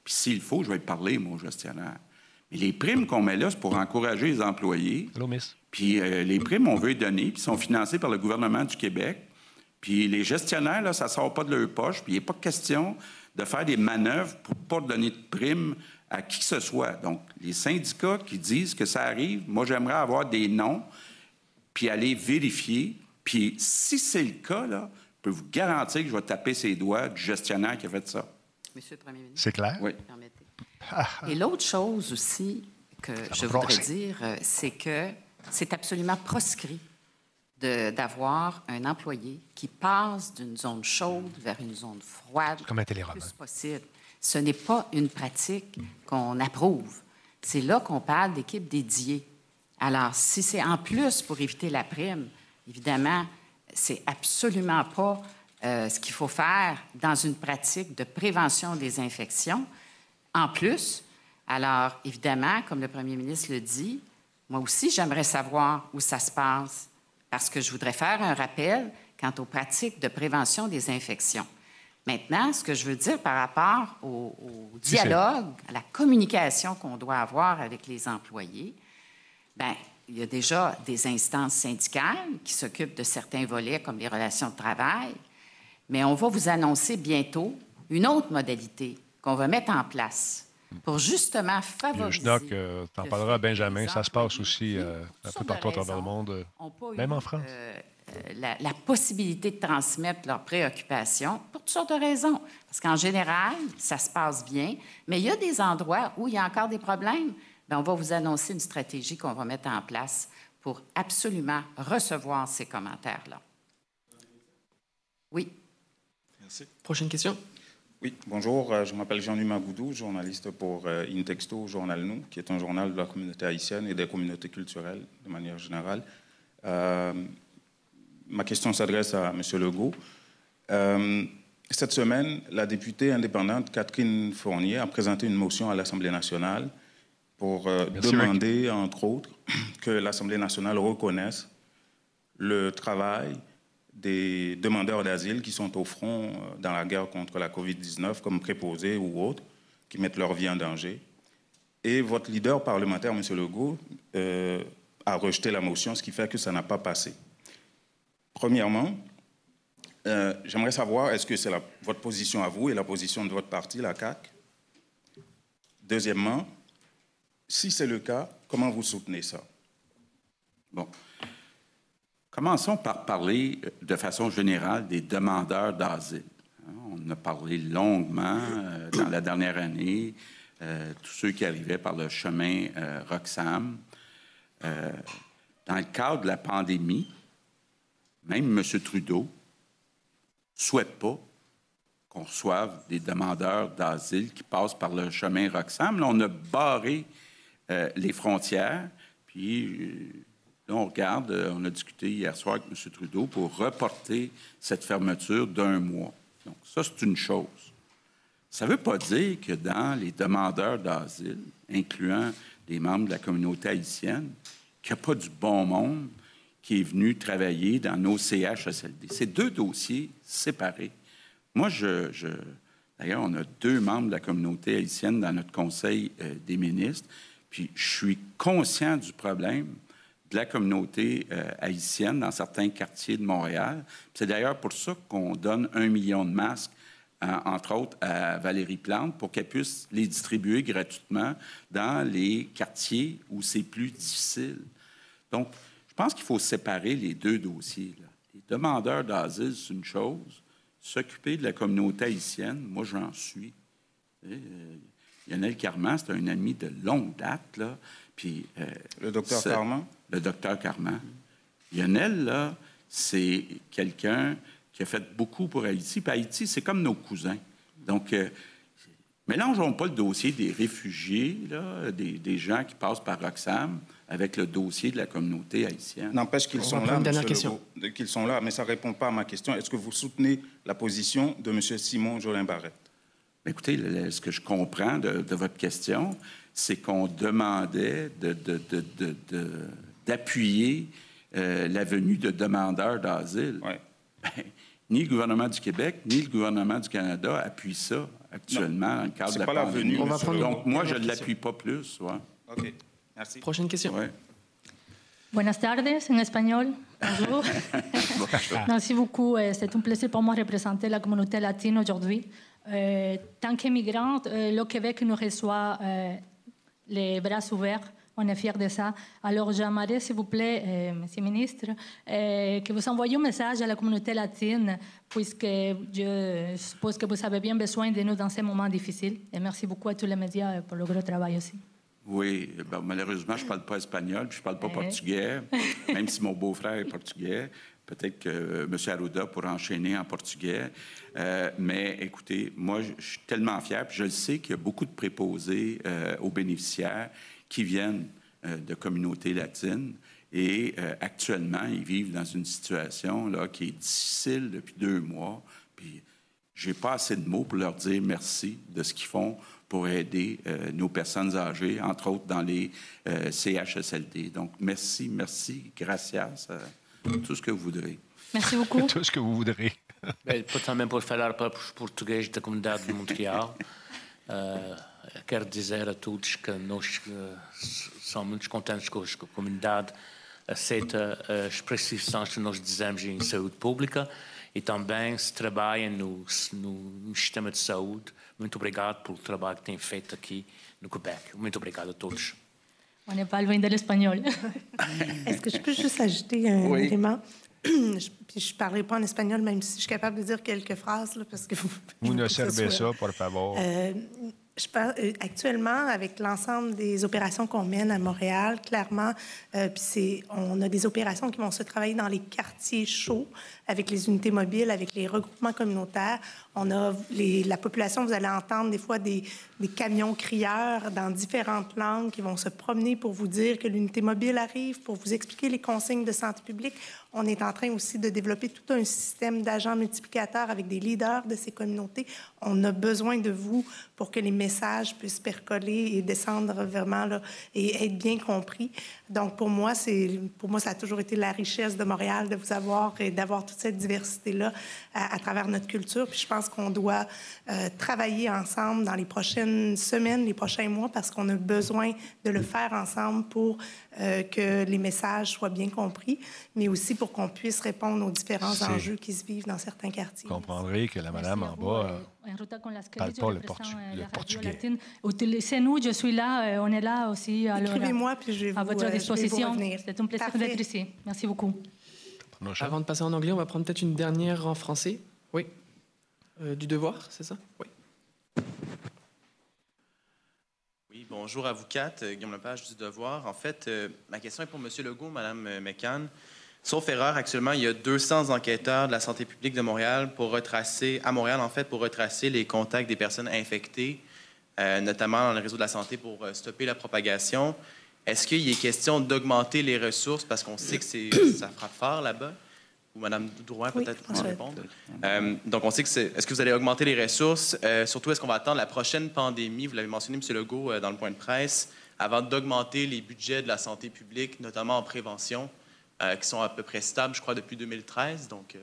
Puis s'il faut, je vais parler, moi, au gestionnaire. Mais les primes qu'on met là, c'est pour encourager les employés. Allô, miss. Puis les primes, on veut les donner, puis sont financées par le gouvernement du Québec. Puis les gestionnaires, là, ça ne sort pas de leur poche. Puis il n'est pas question de faire des manœuvres pour ne pas donner de primes à qui que ce soit. Donc, les syndicats qui disent que ça arrive, moi, j'aimerais avoir des noms, puis aller vérifier. Puis si c'est le cas, là, je peux vous garantir que je vais taper ses doigts du gestionnaire qui a fait ça. Monsieur le Premier ministre. C'est clair? Oui. Permettez. Et l'autre chose aussi que je voudrais dire, c'est que c'est absolument proscrit d'avoir un employé qui passe d'une zone chaude vers une zone froide comme un le plus possible. Ce n'est pas une pratique qu'on approuve. C'est là qu'on parle d'équipe dédiée. Alors, si c'est en plus pour éviter la prime, évidemment, c'est absolument pas ce qu'il faut faire dans une pratique de prévention des infections. En plus, alors, évidemment, comme le premier ministre le dit, moi aussi, j'aimerais savoir où ça se passe parce que je voudrais faire un rappel quant aux pratiques de prévention des infections. Maintenant, ce que je veux dire par rapport au dialogue, à la communication qu'on doit avoir avec les employés, bien, il y a déjà des instances syndicales qui s'occupent de certains volets comme les relations de travail, mais on va vous annoncer bientôt une autre modalité qu'on va mettre en place pour justement favoriser... Je t'en parleras à Benjamin. Ça se passe aussi un peu partout à travers le monde, même en France. La possibilité de transmettre leurs préoccupations pour toutes sortes de raisons. Parce qu'en général, ça se passe bien, mais il y a des endroits où il y a encore des problèmes. Bien, on va vous annoncer une stratégie qu'on va mettre en place pour absolument recevoir ces commentaires-là. Oui. Merci. Prochaine question. Oui, bonjour. Je m'appelle Jean-Louis Magoudou, journaliste pour Intexto, Journal Nous, qui est un journal de la communauté haïtienne et des communautés culturelles de manière générale. Ma question s'adresse à M. Legault. Cette semaine, la députée indépendante Catherine Fournier a présenté une motion à l'Assemblée nationale pour demander, entre autres, que l'Assemblée nationale reconnaisse le travail des demandeurs d'asile qui sont au front dans la guerre contre la COVID-19, comme préposés ou autres, qui mettent leur vie en danger. Et votre leader parlementaire, M. Legault, a rejeté la motion, ce qui fait que ça n'a pas passé. Premièrement, j'aimerais savoir, est-ce que c'est votre position à vous et la position de votre parti, la CAQ? Deuxièmement, si c'est le cas, comment vous soutenez ça? Bon. Commençons par parler de façon générale des demandeurs d'asile. On en a parlé longuement dans la dernière année, tous ceux qui arrivaient par le chemin Roxham. Dans le cadre de la pandémie, même M. Trudeau ne souhaite pas qu'on reçoive des demandeurs d'asile qui passent par le chemin Roxham. Là, on a barré les frontières, puis... Là, on regarde, on a discuté hier soir avec M. Trudeau pour reporter cette fermeture d'1 mois. Donc, ça, c'est une chose. Ça ne veut pas dire que dans les demandeurs d'asile, incluant des membres de la communauté haïtienne, qu'il n'y a pas du bon monde qui est venu travailler dans nos CHSLD. C'est 2 dossiers séparés. Moi, d'ailleurs, on a 2 membres de la communauté haïtienne dans notre conseil des ministres, puis je suis conscient du problème de la communauté haïtienne dans certains quartiers de Montréal. C'est d'ailleurs pour ça qu'on donne 1 million de masques, entre autres, à Valérie Plante, pour qu'elle puisse les distribuer gratuitement dans les quartiers où c'est plus difficile. Donc, je pense qu'il faut séparer les 2 dossiers, là. Les demandeurs d'asile, c'est une chose. S'occuper de la communauté haïtienne, moi, j'en suis. Lionel Carman, c'est un ami de longue date, là. Puis, le docteur Carman? Le docteur Carman. Lionel, là, c'est quelqu'un qui a fait beaucoup pour Haïti. Puis Haïti, c'est comme nos cousins. Donc, mélangeons pas le dossier des réfugiés, là, des gens qui passent par Roxham, avec le dossier de la communauté haïtienne. N'empêche qu'ils sont là, M. Legault, qu'ils sont là, mais ça ne répond pas à ma question. Est-ce que vous soutenez la position de M. Simon Jolin Barrette? Écoutez, ce que je comprends de votre question, c'est qu'on demandait d'appuyer la venue de demandeurs d'asile. Ouais. Ben, ni le gouvernement du Québec, ni le gouvernement du Canada appuient ça. actuellement dans le cadre de la pandémie. Donc, moi, je ne l'appuie pas plus. Ouais. OK. Merci. Prochaine question. Ouais. Buenas tardes, en espagnol. Bonjour. Merci beaucoup. C'est un plaisir pour moi de représenter la communauté latine aujourd'hui. Tant qu'immigrants, le Québec nous reçoit les bras ouverts. On est fiers de ça. Alors, j'aimerais, s'il vous plaît, Monsieur le ministre, que vous envoyiez un message à la communauté latine, puisque je suppose que vous avez bien besoin de nous dans ces moments difficiles. Et merci beaucoup à tous les médias pour le gros travail aussi. Oui, ben, malheureusement, je ne parle pas espagnol, puis je ne parle pas portugais, même si mon beau-frère est portugais. Peut-être que M. Arruda pourra enchaîner en portugais. Mais écoutez, moi, je suis tellement fier, puis je le sais qu'il y a beaucoup de préposés aux bénéficiaires qui viennent de communautés latines. Et actuellement, ils vivent dans une situation là, qui est difficile depuis 2 mois. Puis, je n'ai pas assez de mots pour leur dire merci de ce qu'ils font pour aider nos personnes âgées, entre autres dans les CHSLD. Donc, merci, gracias, tout ce que vous voudrez. Merci beaucoup. Tout ce que vous voudrez. Também por falar para os portugueses da comunidade de Montreal, quero dizer a todos que nós somos muito contentes que a comunidade aceita as prescrições que nós dizemos em saúde pública e também se trabalha no sistema de saúde. Muito obrigado pelo trabalho que tem feito aqui no Québec. Muito obrigado a todos. On n'est pas loin de l'espagnol. Est-ce que je peux juste ajouter un élément? Puis je ne parlerai pas en espagnol, même si je suis capable de dire quelques phrases, là, parce que vous ne servez ça, por favor. Je pense, actuellement, avec l'ensemble des opérations qu'on mène à Montréal, clairement, on a des opérations qui vont se travailler dans les quartiers chauds, avec les unités mobiles, avec les regroupements communautaires. On a la population, vous allez entendre des fois des camions crieurs dans différentes langues qui vont se promener pour vous dire que l'unité mobile arrive, pour vous expliquer les consignes de santé publique. On est en train aussi de développer tout un système d'agents multiplicateurs avec des leaders de ces communautés. On a besoin de vous pour que les messages puissent percoler et descendre vraiment là, et être bien compris. Donc, pour moi, ça a toujours été la richesse de Montréal de vous avoir et d'avoir toute cette diversité-là à travers notre culture. Puis je pense qu'on doit travailler ensemble dans les prochaines semaines, les prochains mois, parce qu'on a besoin de le faire ensemble pour que les messages soient bien compris, mais aussi pour qu'on puisse répondre aux différents enjeux qui se vivent dans certains quartiers. Vous comprendrez que la madame en bas parle pas le portugais. Utilisez-nous, je suis là, on est là aussi. Écrivez-moi, puis je vais à votre disposition. C'est un plaisir Parfait. d'être ici. Merci beaucoup. Avant de passer en anglais, on va prendre peut-être une dernière en français. Oui. Du devoir, c'est ça? Oui. Oui, bonjour à vous quatre. Guillaume Lepage du Devoir. En fait, ma question est pour M. Legault, Mme McCann. Sauf erreur, actuellement, il y a 200 enquêteurs de la santé publique de Montréal pour retracer les contacts des personnes infectées, notamment dans le réseau de la santé pour stopper la propagation. Est-ce qu'il est question d'augmenter les ressources parce qu'on sait que ça frappe fort là-bas? Ou Mme Drouin, peut-être, pour répondre. Donc, on sait que est-ce que vous allez augmenter les ressources? Surtout, est-ce qu'on va attendre la prochaine pandémie? Vous l'avez mentionné, M. Legault, dans le point de presse, avant d'augmenter les budgets de la santé publique, notamment en prévention, qui sont à peu près stables, je crois, depuis 2013. Donc,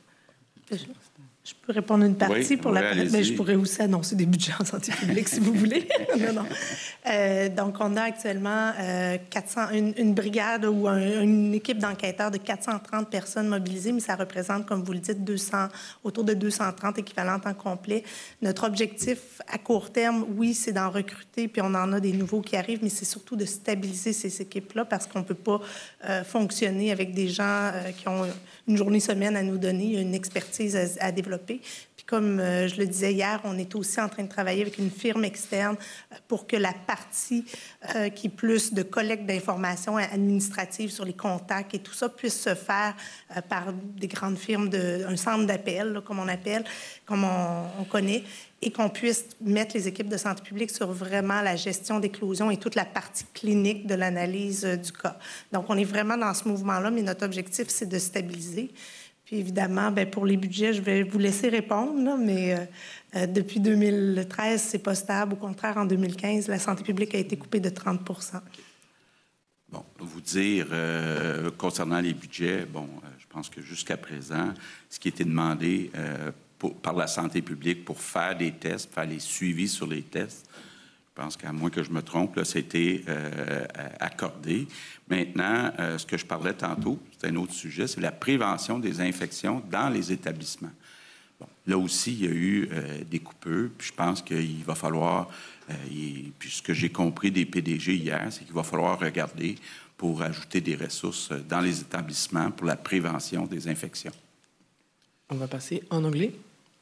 Je peux répondre une partie pour la allez-y. mais je pourrais aussi annoncer des budgets en santé publique si vous voulez. Non. Donc, on a actuellement une brigade ou une équipe d'enquêteurs de 430 personnes mobilisées, mais ça représente, comme vous le dites, autour de 230 équivalents temps complet. Notre objectif à court terme, oui, c'est d'en recruter, puis on en a des nouveaux qui arrivent, mais c'est surtout de stabiliser ces équipes-là parce qu'on ne peut pas fonctionner avec des gens qui ont une journée-semaine à nous donner, une expertise à développer. Puis comme je le disais hier, on est aussi en train de travailler avec une firme externe pour que la partie qui est plus de collecte d'informations administratives sur les contacts et tout ça puisse se faire par des grandes firmes, un centre d'appel, là, comme on appelle, comme on connaît, et qu'on puisse mettre les équipes de santé publique sur vraiment la gestion d'éclosion et toute la partie clinique de l'analyse du cas. Donc, on est vraiment dans ce mouvement-là, mais notre objectif, c'est de stabiliser. Puis évidemment, bien, pour les budgets, je vais vous laisser répondre, là, mais depuis 2013, c'est pas stable. Au contraire, en 2015, la santé publique a été coupée de 30 %. Bon, vous dire, concernant les budgets, je pense que jusqu'à présent, ce qui était demandé par la santé publique pour faire des tests, faire les suivis sur les tests. Je pense qu'à moins que je me trompe, là, ça a été accordé. Maintenant, ce que je parlais tantôt, c'est un autre sujet, c'est la prévention des infections dans les établissements. Bon, là aussi, il y a eu des coupures, puis je pense qu'il va falloir, puis ce que j'ai compris des PDG hier, c'est qu'il va falloir regarder pour ajouter des ressources dans les établissements pour la prévention des infections. On va passer en anglais.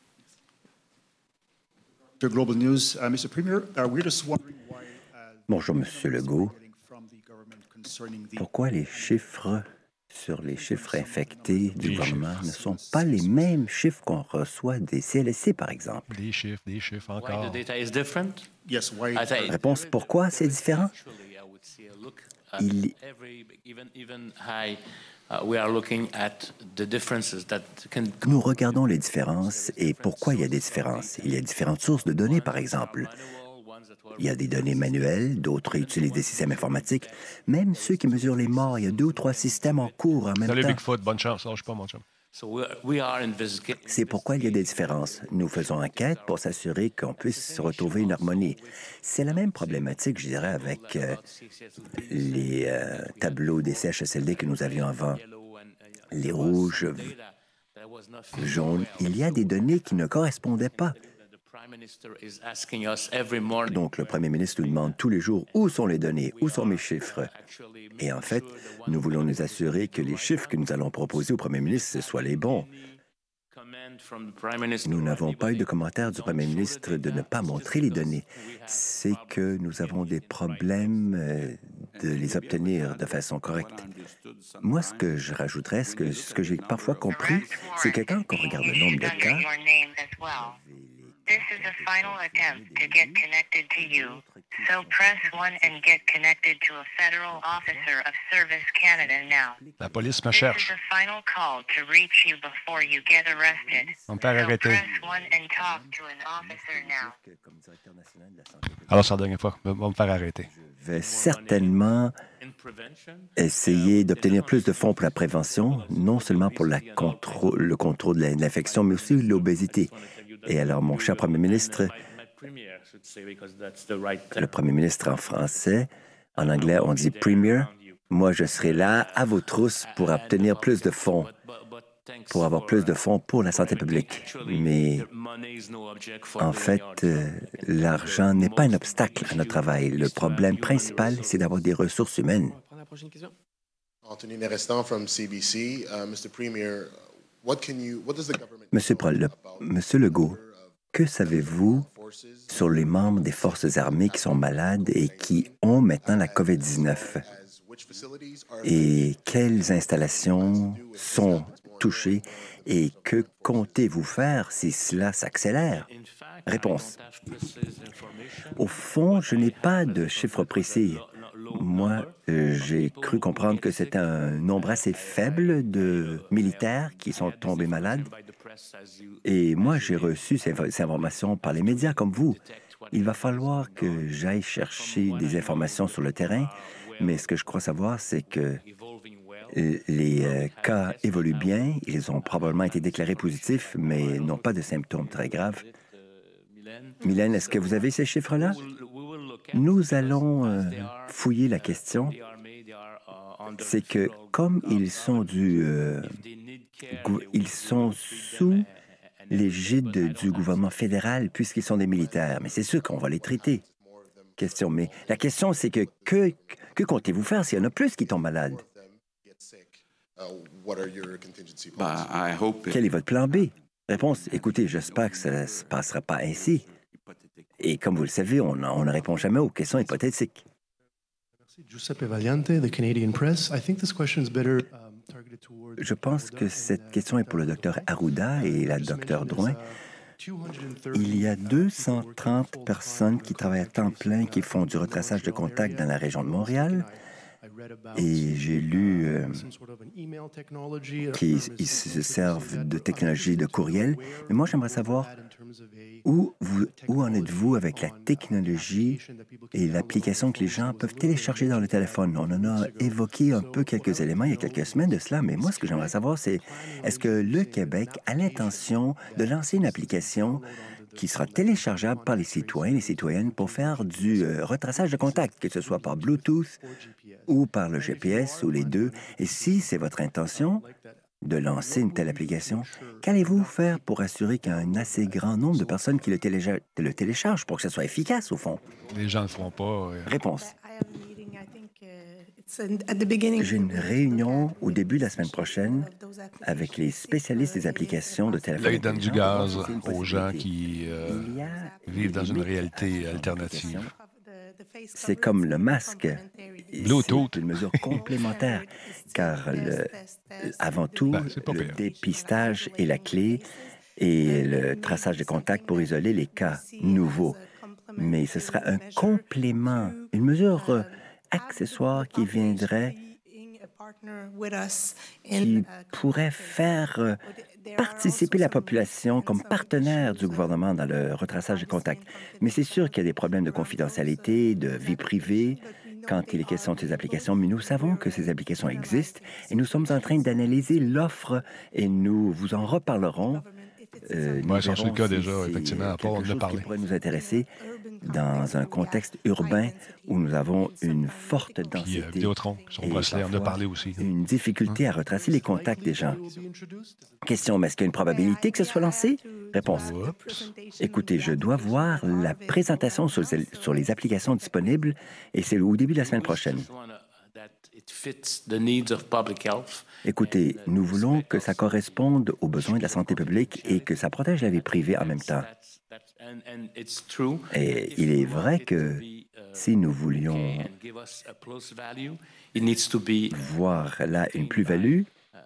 Global News, Mr. Premier, we're just wondering why, Bonjour, Monsieur Legault. Pourquoi les chiffres sur les chiffres infectés du gouvernement ne sont pas les mêmes chiffres qu'on reçoit des CLSC, par exemple? Des chiffres encore. Yes, why? Réponse, pourquoi c'est différent? Nous regardons les différences et pourquoi il y a des différences. Il y a différentes sources de données, par exemple. Il y a des données manuelles, d'autres utilisent des systèmes informatiques. Même ceux qui mesurent les morts, il y a 2 ou 3 systèmes en cours en même Salut temps. Bigfoot, bonne chance. Lâche pas, mon chum. C'est pourquoi il y a des différences. Nous faisons enquête pour s'assurer qu'on puisse retrouver une harmonie. C'est la même problématique, je dirais, avec les tableaux des CHSLD que nous avions avant. Les rouges, jaunes, il y a des données qui ne correspondaient pas. Donc, le premier ministre nous demande tous les jours où sont les données, où sont mes chiffres. Et en fait, nous voulons nous assurer que les chiffres que nous allons proposer au premier ministre soient les bons. Nous n'avons pas eu de commentaire du premier ministre de ne pas montrer les données. C'est que nous avons des problèmes de les obtenir de façon correcte. Moi, ce que je rajouterais, ce que j'ai parfois compris, c'est que quand on regarde le nombre de cas, This is a final attempt to get connected to you, so press 1 and get connected to a federal officer of Service Canada now. La police me This cherche. is a final call to reach you before you get arrested. On me faire So arrêter. press 1 and talk to an officer now. Alors, c'est la dernière fois. On va me faire arrêter. je vais certainement essayer d'obtenir plus de fonds pour la prévention, non seulement pour le contrôle de l'infection, mais aussi l'obésité. Et alors, mon cher Premier ministre, le Premier ministre en français, en anglais, on dit « Premier ». Moi, je serai là, à vos trousses, pour obtenir plus de fonds, pour avoir plus de fonds pour la santé publique. Mais en fait, l'argent n'est pas un obstacle à notre travail. Le problème principal, c'est d'avoir des ressources humaines. Anthony Nerestan from CBC. Mr. Premier, Monsieur Legault, que savez-vous sur les membres des forces armées qui sont malades et qui ont maintenant la COVID-19? Et quelles installations sont touchées et que comptez-vous faire si cela s'accélère? Réponse. Au fond, je n'ai pas de chiffres précis. Moi, j'ai cru comprendre que c'est un nombre assez faible de militaires qui sont tombés malades. Et moi, j'ai reçu ces informations par les médias comme vous. Il va falloir que j'aille chercher des informations sur le terrain, mais ce que je crois savoir, c'est que les cas évoluent bien. Ils ont probablement été déclarés positifs, mais n'ont pas de symptômes très graves. Mylène, est-ce que vous avez ces chiffres-là? Nous allons fouiller la question. C'est que comme ils sont sous l'égide du gouvernement fédéral puisqu'ils sont des militaires, mais c'est sûr qu'on va les traiter. Mais la question, c'est que comptez-vous faire s'il y en a plus qui tombent malades? Quel est votre plan B? Réponse, écoutez, j'espère que ça ne se passera pas ainsi. Et comme vous le savez, on ne répond jamais aux questions hypothétiques. Giuseppe Valiante, The Canadian Press. I think this question is better targeted towards... Je pense que cette question est pour le Dr Arruda et la Dr Drouin. Il y a 230 personnes qui travaillent à temps plein qui font du retraçage de contacts dans la région de Montréal. Et j'ai lu qu'ils se servent de technologie de courriel. Mais moi, j'aimerais savoir où en êtes-vous avec la technologie et l'application que les gens peuvent télécharger dans le téléphone. On en a évoqué un peu quelques éléments il y a quelques semaines de cela, mais moi, ce que j'aimerais savoir, c'est est-ce que le Québec a l'intention de lancer une application qui sera téléchargeable par les citoyens et les citoyennes pour faire du retraçage de contact, que ce soit par Bluetooth ou par le GPS ou les deux. Et si c'est votre intention de lancer une telle application, qu'allez-vous faire pour assurer qu'il y a un assez grand nombre de personnes qui le téléchargent pour que ce soit efficace, au fond? Les gens ne le feront pas. Réponse. J'ai une réunion au début de la semaine prochaine avec les spécialistes des applications de téléphone. Là, ils donnent du gaz aux gens qui vivent dans une réalité alternative. C'est comme le masque. Bluetooth. C'est une mesure complémentaire, car avant tout, le dépistage est la clé et le traçage des contacts pour isoler les cas nouveaux. Mais ce sera un complément, une mesure accessoire qui viendrait, qui pourrait faire participer la population comme partenaire du gouvernement dans le retraçage des contacts. Mais c'est sûr qu'il y a des problèmes de confidentialité, de vie privée quand il est question de ces applications, mais nous savons que ces applications existent et nous sommes en train d'analyser l'offre et nous vous en reparlerons. Oui, c'est le cas déjà, effectivement. On en a parlé. Qui pourrait nous intéresser dans un contexte urbain où nous avons une forte densité. Puis Vidéotron, son bracelet, on en a parlé aussi. Une difficulté à retracer les contacts des gens. Question, mais est-ce qu'il y a une probabilité que ce soit lancé? Réponse. Écoutez, je dois voir la présentation sur les applications disponibles et c'est au début de la semaine prochaine. Écoutez, nous voulons que ça corresponde aux besoins de la santé publique et que ça protège la vie privée en même temps. Et il est vrai que si nous voulions voir là une plus-value,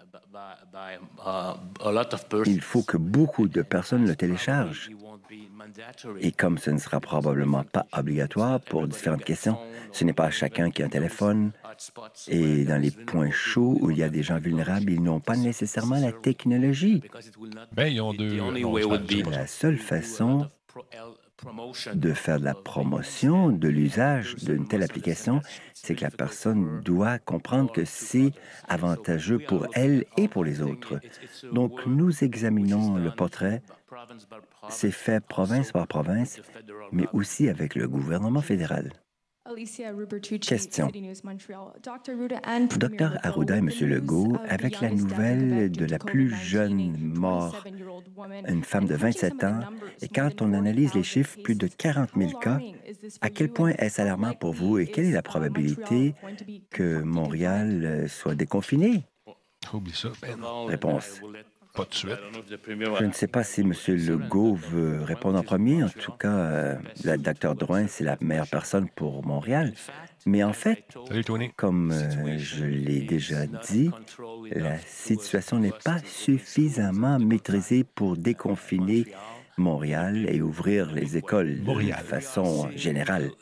il faut que beaucoup de personnes le téléchargent. Et comme ce ne sera probablement pas obligatoire pour différentes questions, ce n'est pas chacun qui a un téléphone. Et dans les points chauds où il y a des gens vulnérables, ils n'ont pas nécessairement la technologie. Bien, ils ont deux. La seule façon de faire de la promotion de l'usage d'une telle application, c'est que la personne doit comprendre que c'est avantageux pour elle et pour les autres. Donc, nous examinons le portrait. C'est fait province par province, mais aussi avec le gouvernement fédéral. Question. Dr Arruda et M. Legault, avec la nouvelle de la plus jeune mort, une femme de 27 ans, et quand on analyse les chiffres, plus de 40 000 cas, à quel point est-ce alarmant pour vous et quelle est la probabilité que Montréal soit déconfiné? Oublie ça. Réponse. Pas de suite. Je ne sais pas si M. Legault veut répondre en premier. En tout cas, le Dr Drouin, c'est la meilleure personne pour Montréal. Mais en fait, comme je l'ai déjà dit, la situation n'est pas suffisamment maîtrisée pour déconfiner Montréal et ouvrir les écoles de façon générale.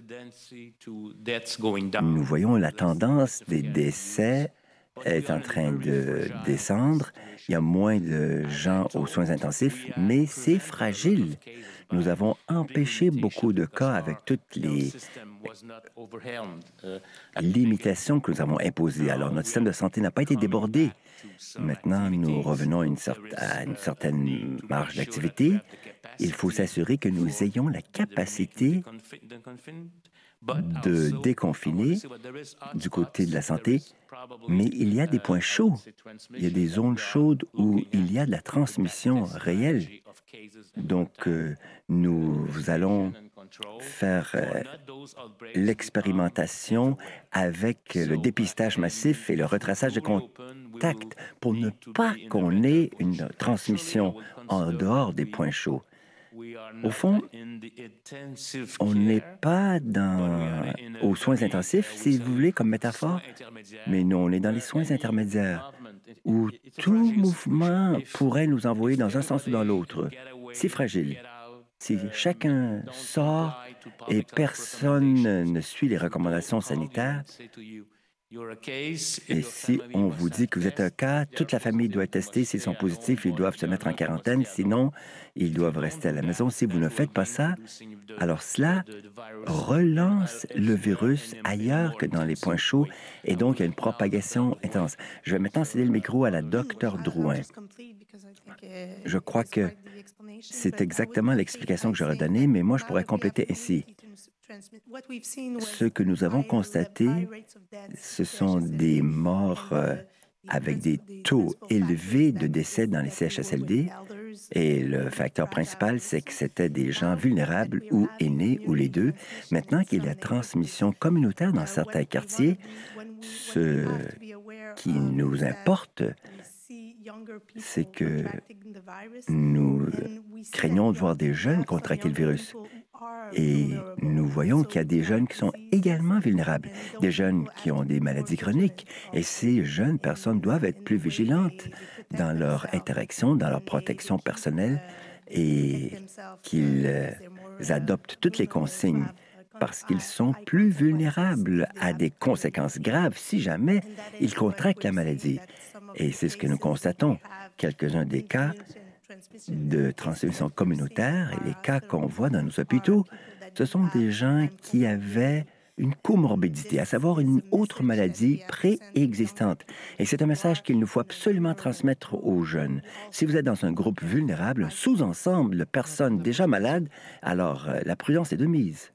Nous voyons la tendance des décès est en train de descendre. Il y a moins de gens aux soins intensifs, mais c'est fragile. Nous avons empêché beaucoup de cas avec toutes les limitations que nous avons imposées. Alors, notre système de santé n'a pas été débordé. Maintenant, nous revenons à une certaine marge d'activité. Il faut s'assurer que nous ayons la capacité de déconfiner du côté de la santé, mais il y a des points chauds. Il y a des zones chaudes où il y a de la transmission réelle. Donc, nous allons faire l'expérimentation avec le dépistage massif et le retraçage de contacts pour ne pas qu'on ait une transmission en dehors des points chauds. Au fond, on n'est pas aux soins intensifs, si vous voulez, comme métaphore, mais nous, on est dans les soins intermédiaires, où tout mouvement pourrait nous envoyer dans un sens ou dans l'autre. C'est fragile. Si chacun sort et personne ne suit les recommandations sanitaires, Et si on vous dit que vous êtes un cas, toute la famille doit être testée. S'ils sont positifs, ils doivent se mettre en quarantaine. Sinon, ils doivent rester à la maison. Si vous ne faites pas ça, alors cela relance le virus ailleurs que dans les points chauds et donc il y a une propagation intense. Je vais maintenant céder le micro à la docteure Drouin. Je crois que c'est exactement l'explication que j'aurais donnée, mais moi, je pourrais compléter ainsi. Ce que nous avons constaté, ce sont des morts avec des taux élevés de décès dans les CHSLD. Et le facteur principal, c'est que c'était des gens vulnérables ou aînés ou les deux. Maintenant qu'il y a transmission communautaire dans certains quartiers, ce qui nous importe, c'est que nous craignons de voir des jeunes contracter le virus. Et nous voyons qu'il y a des jeunes qui sont également vulnérables, des jeunes qui ont des maladies chroniques. Et ces jeunes personnes doivent être plus vigilantes dans leur interaction, dans leur protection personnelle et qu'ils adoptent toutes les consignes parce qu'ils sont plus vulnérables à des conséquences graves si jamais ils contractent la maladie. Et c'est ce que nous constatons. Quelques-uns des cas de transmission communautaire et les cas qu'on voit dans nos hôpitaux, ce sont des gens qui avaient une comorbidité, à savoir une autre maladie préexistante. Et c'est un message qu'il nous faut absolument transmettre aux jeunes. Si vous êtes dans un groupe vulnérable, un sous-ensemble de personnes déjà malades, alors la prudence est de mise.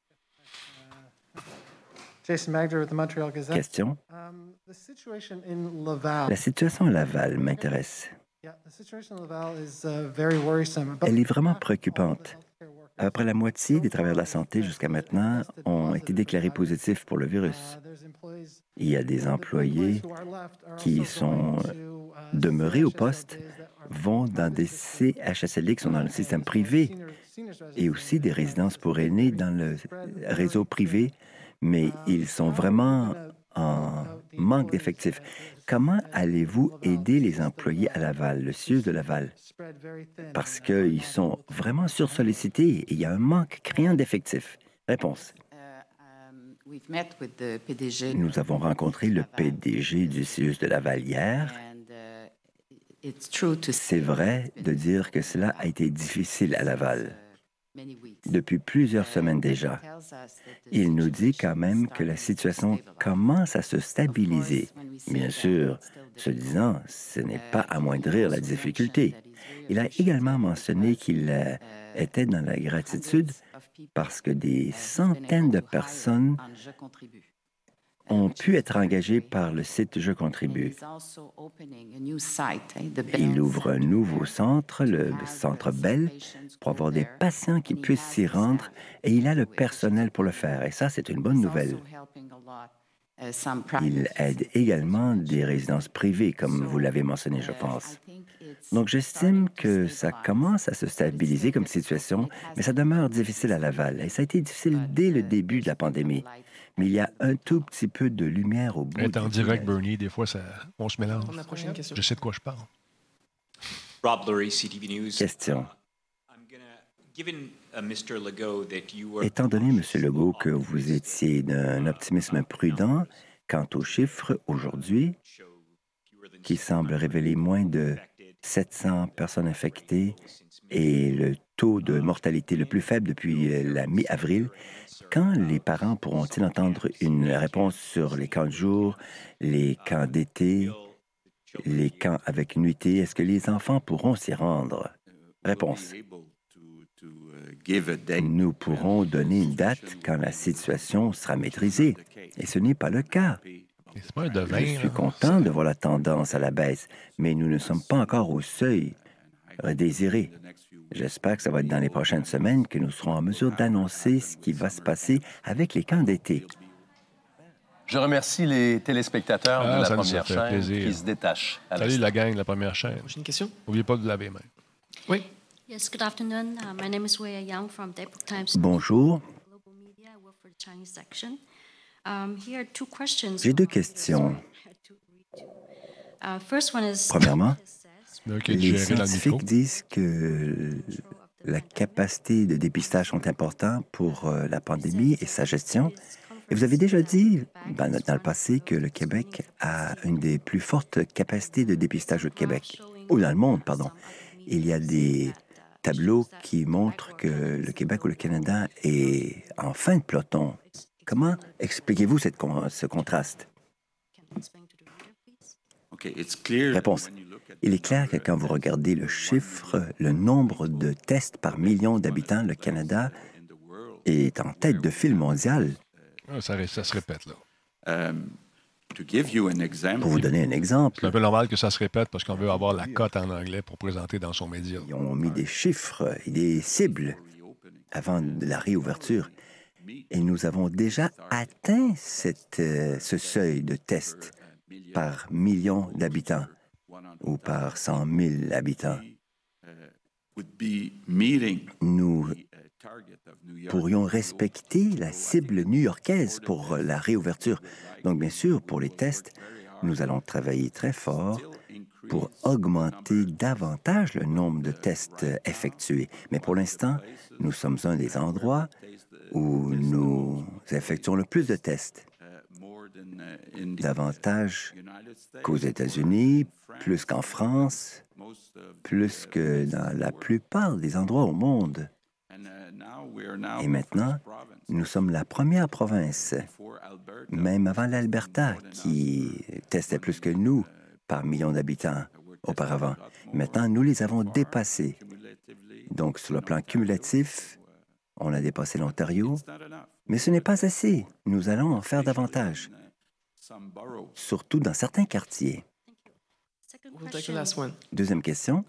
Jason Magder with the Montreal Gazette. Question. The situation in Laval. La situation à Laval m'intéresse. Elle est vraiment préoccupante. À peu près la moitié des travailleurs de la santé jusqu'à maintenant ont été déclarés positifs pour le virus. Il y a des employés qui sont demeurés au poste, vont dans des CHSLD qui sont dans le système privé et aussi des résidences pour aînés dans le réseau privé, mais ils sont vraiment en manque d'effectifs. Comment allez-vous aider les employés à Laval, le CIUS de Laval? Parce qu'ils sont vraiment sursollicités et il y a un manque criant d'effectifs. Réponse. Nous avons rencontré le PDG du CIUS de Laval hier. C'est vrai de dire que cela a été difficile à Laval. Depuis plusieurs semaines déjà. Il nous dit quand même que la situation commence à se stabiliser. Bien sûr, ce disant, ce n'est pas amoindrir la difficulté. Il a également mentionné qu'il était dans la gratitude parce que des centaines de personnes ont pu être engagés par le site Je contribue. Il ouvre un nouveau centre, le Centre Bell, pour avoir des patients qui puissent s'y rendre et il a le personnel pour le faire. Et ça, c'est une bonne nouvelle. Il aide également des résidences privées, comme vous l'avez mentionné, je pense. Donc, j'estime que ça commence à se stabiliser comme situation, mais ça demeure difficile à Laval. Et ça a été difficile dès le début de la pandémie. Mais il y a un tout petit peu de lumière au bout. Être en direct, Bernie, des fois, on se mélange. La prochaine question. Je sais de quoi je parle. Rob Lurie, CTV News. Question. Étant donné, M. Legault, que vous étiez d'un optimisme prudent quant aux chiffres aujourd'hui, qui semblent révéler moins de 700 personnes infectées et le taux de mortalité le plus faible depuis la mi-avril, quand les parents pourront-ils entendre une réponse sur les camps de jour, les camps d'été, les camps avec nuitée? Est-ce que les enfants pourront s'y rendre? Réponse. Nous pourrons donner une date quand la situation sera maîtrisée. Et ce n'est pas le cas. C'est pas un devin, Je suis content de voir la tendance à la baisse, mais nous ne sommes pas encore au seuil désiré. J'espère que ça va être dans les prochaines semaines que nous serons en mesure d'annoncer ce qui va se passer avec les camps d'été. Je remercie les téléspectateurs de la première chaîne qui se détachent. Salut la gang de la première chaîne. Prochaine question. N'oubliez pas de laver les mains. Oui. Yes, good afternoon. My name is Wei Yang from The Epoch Times. Bonjour. Global Media. I work for the Chinese section. Here are two questions. J'ai deux questions. First one is. Premièrement, Okay, les scientifiques disent que la capacité de dépistage sont importants pour la pandémie et sa gestion. Et vous avez déjà dit, dans le passé, que le Québec a une des plus fortes capacités de dépistage au Québec, ou dans le monde, pardon. Il y a des tableaux qui montrent que le Québec ou le Canada est en fin de peloton. Comment expliquez-vous ce contraste? Réponse. Il est clair que quand vous regardez le chiffre, le nombre de tests par million d'habitants, le Canada est en tête de file mondiale. Ça se répète, là. Pour vous donner un exemple... C'est un peu normal que ça se répète parce qu'on veut avoir la cote en anglais pour présenter dans son média. Ils ont mis des chiffres et des cibles avant la réouverture. Et nous avons déjà atteint ce seuil de tests par million d'habitants ou par 100 000 habitants. Nous pourrions respecter la cible new-yorkaise pour la réouverture. Donc, bien sûr, pour les tests, nous allons travailler très fort pour augmenter davantage le nombre de tests effectués. Mais pour l'instant, nous sommes un des endroits où nous effectuons le plus de tests. Davantage qu'aux États-Unis, plus qu'en France, plus que dans la plupart des endroits au monde. Et maintenant, nous sommes la première province, même avant l'Alberta, qui testait plus que nous par million d'habitants auparavant. Maintenant, nous les avons dépassés. Donc, sur le plan cumulatif, on a dépassé l'Ontario, mais ce n'est pas assez. Nous allons en faire davantage, surtout dans certains quartiers. Deuxième question.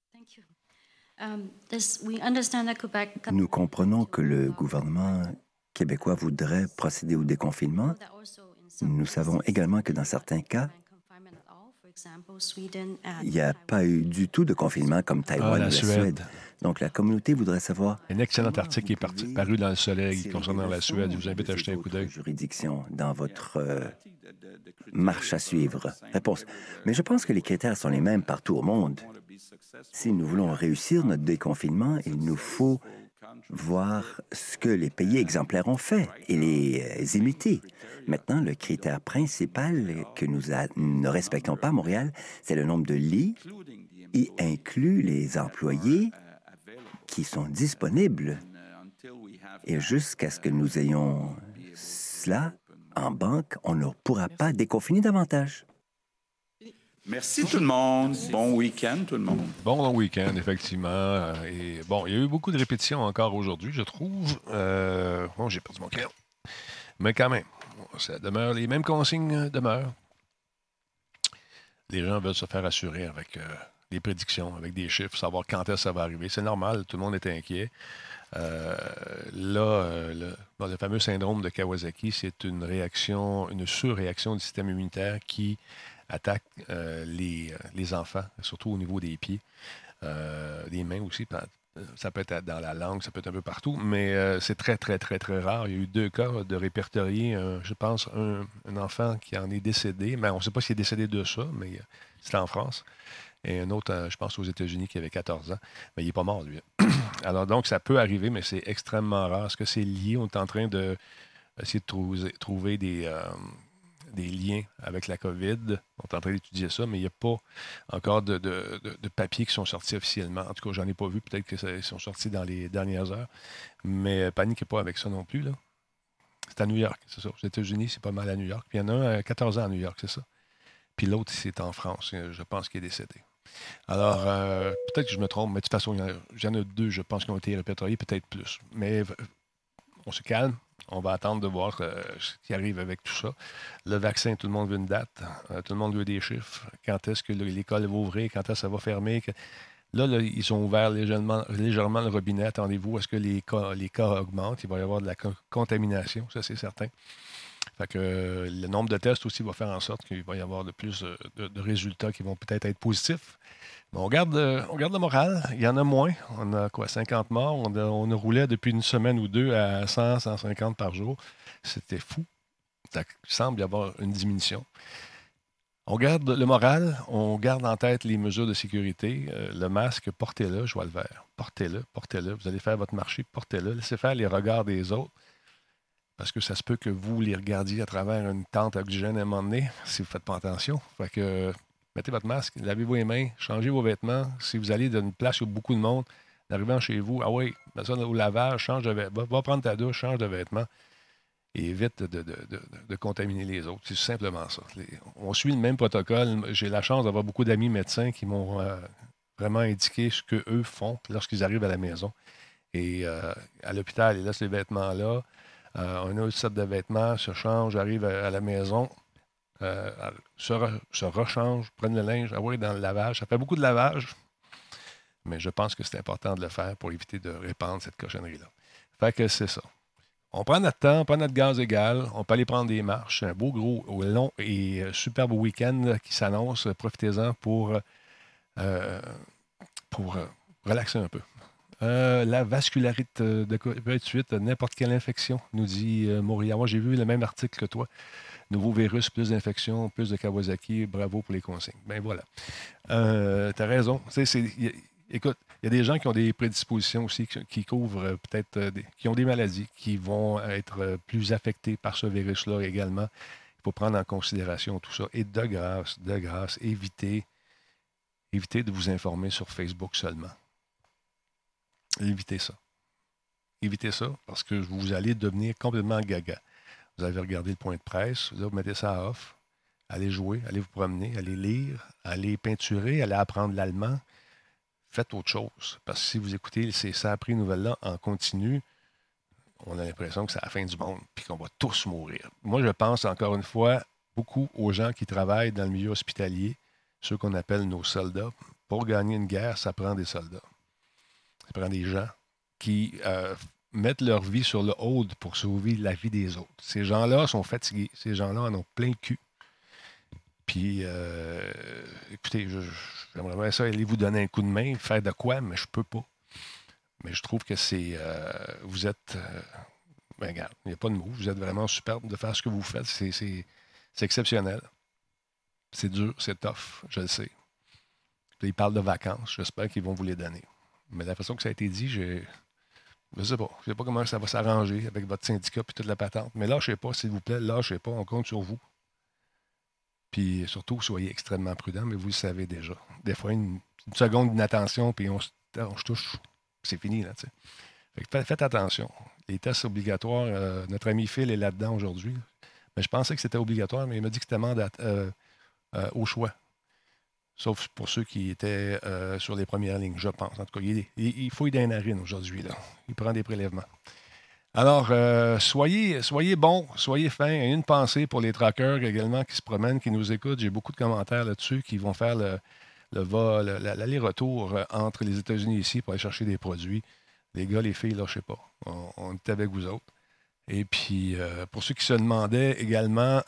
Nous comprenons que le gouvernement québécois voudrait procéder au déconfinement. Nous savons également que dans certains cas, il n'y a pas eu du tout de confinement comme Taïwan ou la Suède. Donc, la communauté voudrait savoir... Un excellent article qui est paru dans Le Soleil concernant la Suède. Je vous invite à jeter un coup d'œil. Juridiction dans votre marche à suivre. Réponse. Mais je pense que les critères sont les mêmes partout au monde. Si nous voulons réussir notre déconfinement, il nous faut voir ce que les pays exemplaires ont fait et les imiter. Maintenant, le critère principal que nous ne respectons pas à Montréal, c'est le nombre de lits, y inclut les employés qui sont disponibles. Et jusqu'à ce que nous ayons cela en banque, on ne pourra pas déconfiner davantage. Merci tout le monde. Bon week-end tout le monde. Bon week-end, effectivement. Et bon, il y a eu beaucoup de répétitions encore aujourd'hui, je trouve. Bon, j'ai perdu mon crayon. Mais quand même, ça demeure, les mêmes consignes demeurent. Les gens veulent se faire assurer avec des prédictions, avec des chiffres, savoir quand est-ce que ça va arriver. C'est normal, tout le monde est inquiet. Le fameux syndrome de Kawasaki, c'est une surréaction du système immunitaire qui attaque les enfants, surtout au niveau des pieds, des mains aussi. Ça peut être dans la langue, ça peut être un peu partout, mais c'est très, très, très, très rare. Il y a eu 2 cas de répertoriés. Je pense un enfant qui en est décédé, mais on ne sait pas s'il est décédé de ça, mais c'était en France. Et un autre, je pense, aux États-Unis, qui avait 14 ans. Mais il n'est pas mort, lui. Alors, donc, ça peut arriver, mais c'est extrêmement rare. Est-ce que c'est lié? On est en train d'essayer de trouver des liens avec la COVID. On est en train d'étudier ça, mais il n'y a pas encore de papiers qui sont sortis officiellement. En tout cas, j'en ai pas vu. Peut-être qu'ils sont sortis dans les dernières heures. Mais paniquez pas avec ça non plus, là. C'est à New York, c'est ça. Aux États-Unis, c'est pas mal à New York. Puis il y en a un à 14 ans à New York, c'est ça. Puis l'autre, c'est en France. Je pense qu'il est décédé. Alors, peut-être que je me trompe, mais de toute façon, il y en a 2, je pense, qui ont été répertoriés, peut-être plus. Mais on se calme. On va attendre de voir ce qui arrive avec tout ça. Le vaccin, tout le monde veut une date. Tout le monde veut des chiffres. Quand est-ce que l'école va ouvrir? Quand est-ce que ça va fermer? Là, ils ont ouvert légèrement le robinet. Attendez-vous à ce que les cas augmentent. Il va y avoir de la contamination, ça c'est certain. Fait que le nombre de tests aussi va faire en sorte qu'il va y avoir de plus de résultats qui vont peut-être être positifs. Mais on garde le moral. Il y en a moins. On a 50 morts. On a roulé depuis une semaine ou 2 à 100, 150 par jour. C'était fou. Il semble y avoir une diminution. On garde le moral. On garde en tête les mesures de sécurité. Le masque, portez-le. Je vois le vert. Portez-le. Vous allez faire votre marché, portez-le. Laissez faire les regards des autres. parce que ça se peut que vous les regardiez à travers une tente à oxygène à un moment donné, si vous ne faites pas attention. Fait que mettez votre masque, lavez-vous les mains, changez vos vêtements. Si vous allez dans une place où il y a beaucoup de monde, en arrivant chez vous, ah oui, mets ça au lavage, change de vêtements, va prendre ta douche, change de vêtements et évite de contaminer les autres. C'est simplement ça. On suit le même protocole. J'ai la chance d'avoir beaucoup d'amis médecins qui m'ont vraiment indiqué ce qu'eux font lorsqu'ils arrivent à la maison. Et à l'hôpital, ils laissent les vêtements là. On a un set de vêtements, se change, arrive à la maison, se rechange, prennent le linge, envoie dans le lavage. Ça fait beaucoup de lavage, mais je pense que c'est important de le faire pour éviter de répandre cette cochonnerie-là. Fait que c'est ça. On prend notre temps, on prend notre gaz égal, on peut aller prendre des marches. Un beau, gros, long et superbe week-end qui s'annonce. Profitez-en pour relaxer un peu. La vascularite peut être suite à n'importe quelle infection, nous dit Moria. Moi, j'ai vu le même article que toi. Nouveau virus, plus d'infections, plus de Kawasaki. Bravo pour les consignes. Ben voilà. Tu as raison. Écoute, il y a des gens qui ont des prédispositions aussi, qui couvrent peut-être, qui ont des maladies, qui vont être plus affectés par ce virus-là également. Il faut prendre en considération tout ça. Et de grâce, évitez de vous informer sur Facebook seulement. Évitez ça. Évitez ça parce que vous allez devenir complètement gaga. Vous avez regardé le point de presse, là, vous mettez ça à off, allez jouer, allez vous promener, allez lire, allez peinturer, allez apprendre l'allemand. Faites autre chose. Parce que si vous écoutez ces Sapri nouvelles-là en continu, on a l'impression que c'est la fin du monde puis qu'on va tous mourir. Moi, je pense encore une fois beaucoup aux gens qui travaillent dans le milieu hospitalier, ceux qu'on appelle nos soldats. Pour gagner une guerre, ça prend des soldats. Ça prend des gens qui mettent leur vie sur le hold pour sauver la vie des autres. Ces gens-là sont fatigués. Ces gens-là en ont plein le cul. Puis, écoutez, j'aimerais ça aller vous donner un coup de main, faire de quoi, mais je peux pas. Mais je trouve que c'est... vous êtes... ben, regarde, il n'y a pas de mots. Vous êtes vraiment superbe de faire ce que vous faites. C'est exceptionnel. C'est dur, c'est tough, je le sais. Puis, ils parlent de vacances. J'espère qu'ils vont vous les donner. Mais de la façon que ça a été dit, je ne sais pas. Je ne sais pas comment ça va s'arranger avec votre syndicat et toute la patente. Mais lâchez pas, s'il vous plaît. Lâchez pas. On compte sur vous. Puis surtout, soyez extrêmement prudents, mais vous le savez déjà. Des fois, une seconde d'inattention, puis on se touche. C'est fini, là, tu sais. Fait que faites attention. Les tests obligatoires, notre ami Phil est là-dedans aujourd'hui. Mais je pensais que c'était obligatoire, mais il m'a dit que c'était au choix. Sauf pour ceux qui étaient sur les premières lignes, je pense. En tout cas, il fouille dans les narines aujourd'hui, là. Il prend des prélèvements. Alors, soyez bons, soyez fins. Et une pensée pour les traqueurs également qui se promènent, qui nous écoutent. J'ai beaucoup de commentaires là-dessus qui vont faire l'aller-retour entre les États-Unis et ici pour aller chercher des produits. Les gars, les filles, là, je ne sais pas. On est avec vous autres. Et puis, pour ceux qui se demandaient également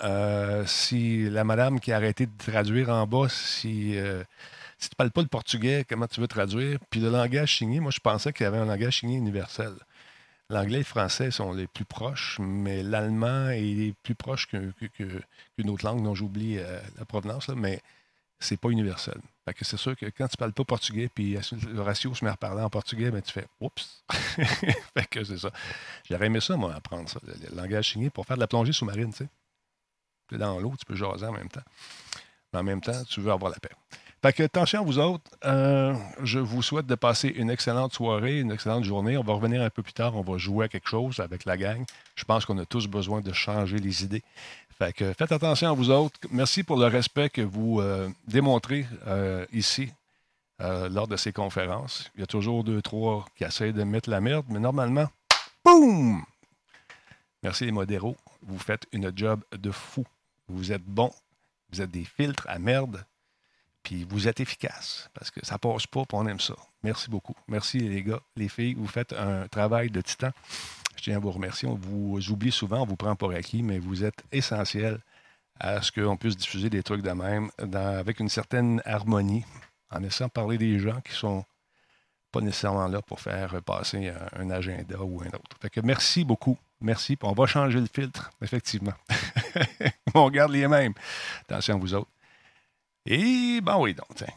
si la madame qui a arrêté de traduire en bas, si tu ne parles pas le portugais, comment tu veux traduire? Puis le langage signé, moi, je pensais qu'il y avait un langage signé universel. L'anglais et le français sont les plus proches, mais l'allemand est plus proche qu'une autre langue dont j'oublie la provenance, là, mais c'est pas universel. Fait que c'est sûr que quand tu parles pas portugais, puis Horacio se met à reparler en portugais, ben tu fais « oups ». Fait que c'est ça. J'aurais aimé ça, moi, apprendre ça, le langage signé, pour faire de la plongée sous-marine, tu sais. Tu es dans l'eau, tu peux jaser en même temps. Mais en même temps, tu veux avoir la paix. Fait que, attention à vous autres, je vous souhaite de passer une excellente soirée, une excellente journée. On va revenir un peu plus tard, on va jouer à quelque chose avec la gang. Je pense qu'on a tous besoin de changer les idées. Fait que faites attention à vous autres. Merci pour le respect que vous démontrez ici lors de ces conférences. Il y a toujours 2-3 qui essayent de mettre la merde, mais normalement, boum! Merci les modéraux. Vous faites une job de fou. Vous êtes bons. Vous êtes des filtres à merde. Puis vous êtes efficaces, parce que ça passe pas, puis on aime ça. Merci beaucoup. Merci les gars, les filles. Vous faites un travail de titan. Je tiens à vous remercier. On vous oublie souvent, on vous prend pour acquis, mais vous êtes essentiels à ce qu'on puisse diffuser des trucs de même avec une certaine harmonie, en essayant de parler des gens qui sont pas nécessairement là pour faire passer un agenda ou un autre. Fait que merci beaucoup. Merci. Puis on va changer le filtre, effectivement. On garde les mêmes. Attention à vous autres. Et, ben oui, donc, tiens.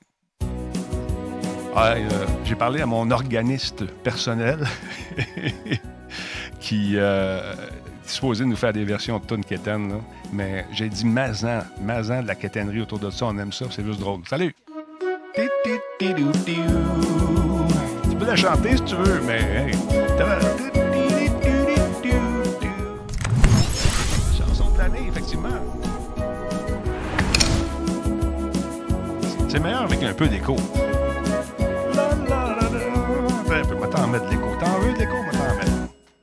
J'ai parlé à mon organiste personnel qui supposé nous faire des versions de tunes quétaines, là. Mais j'ai dit Mazan de la quétainerie autour de ça, on aime ça, c'est juste drôle. Salut! Tu peux la chanter si tu veux, mais hey. Chanson de l'année, effectivement. C'est meilleur avec un peu d'écho. Attends un peu, moi t'en mettre de l'écho. T'en veux de l'écho, moi t'en mettre.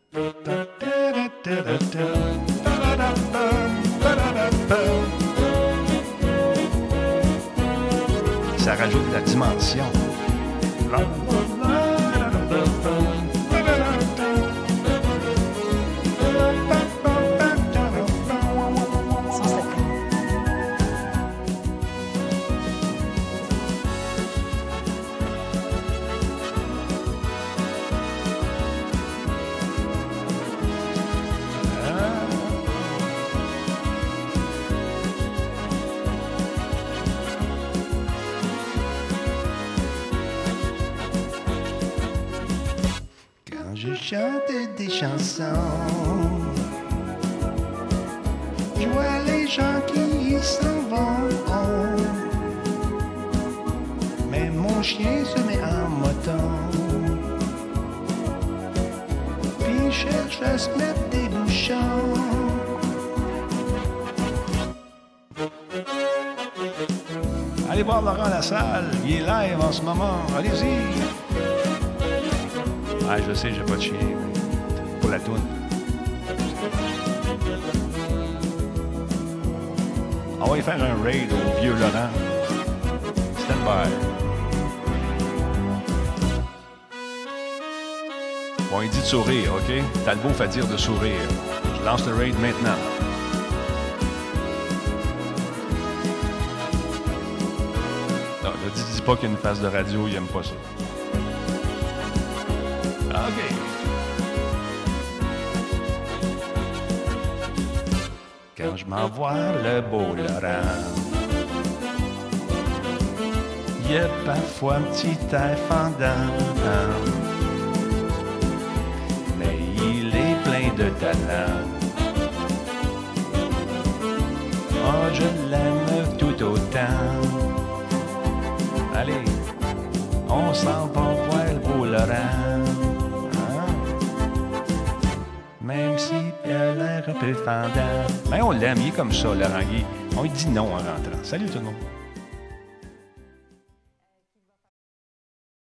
Ça rajoute de la dimension. Je chante des chansons, je vois les gens qui s'en vont, mais mon chien se met en moton, puis cherche à se mettre des bouchons. Allez voir Laurent Lassalle, il est live en ce moment, allez-y. Ah, je sais, j'ai pas de chien, mais pour la toune. On va y faire un raid au vieux Laurent. Stand by. Bon, il dit de sourire, OK? Talbot fait dire de sourire. Je lance le raid maintenant. Non, je dis pas qu'il y a une phase de radio, il aime pas ça. OK. Quand je m'envoie le beau Laurent, il y a parfois un petit air fendant, mais il est plein de talent. Oh, je l'aime tout autant. Allez, on s'en va voir le beau Laurent. Même s'il a l'air un peu fendant. Mais on l'aime, il est comme ça, Laurent. On lui dit non en rentrant. Salut tout le monde.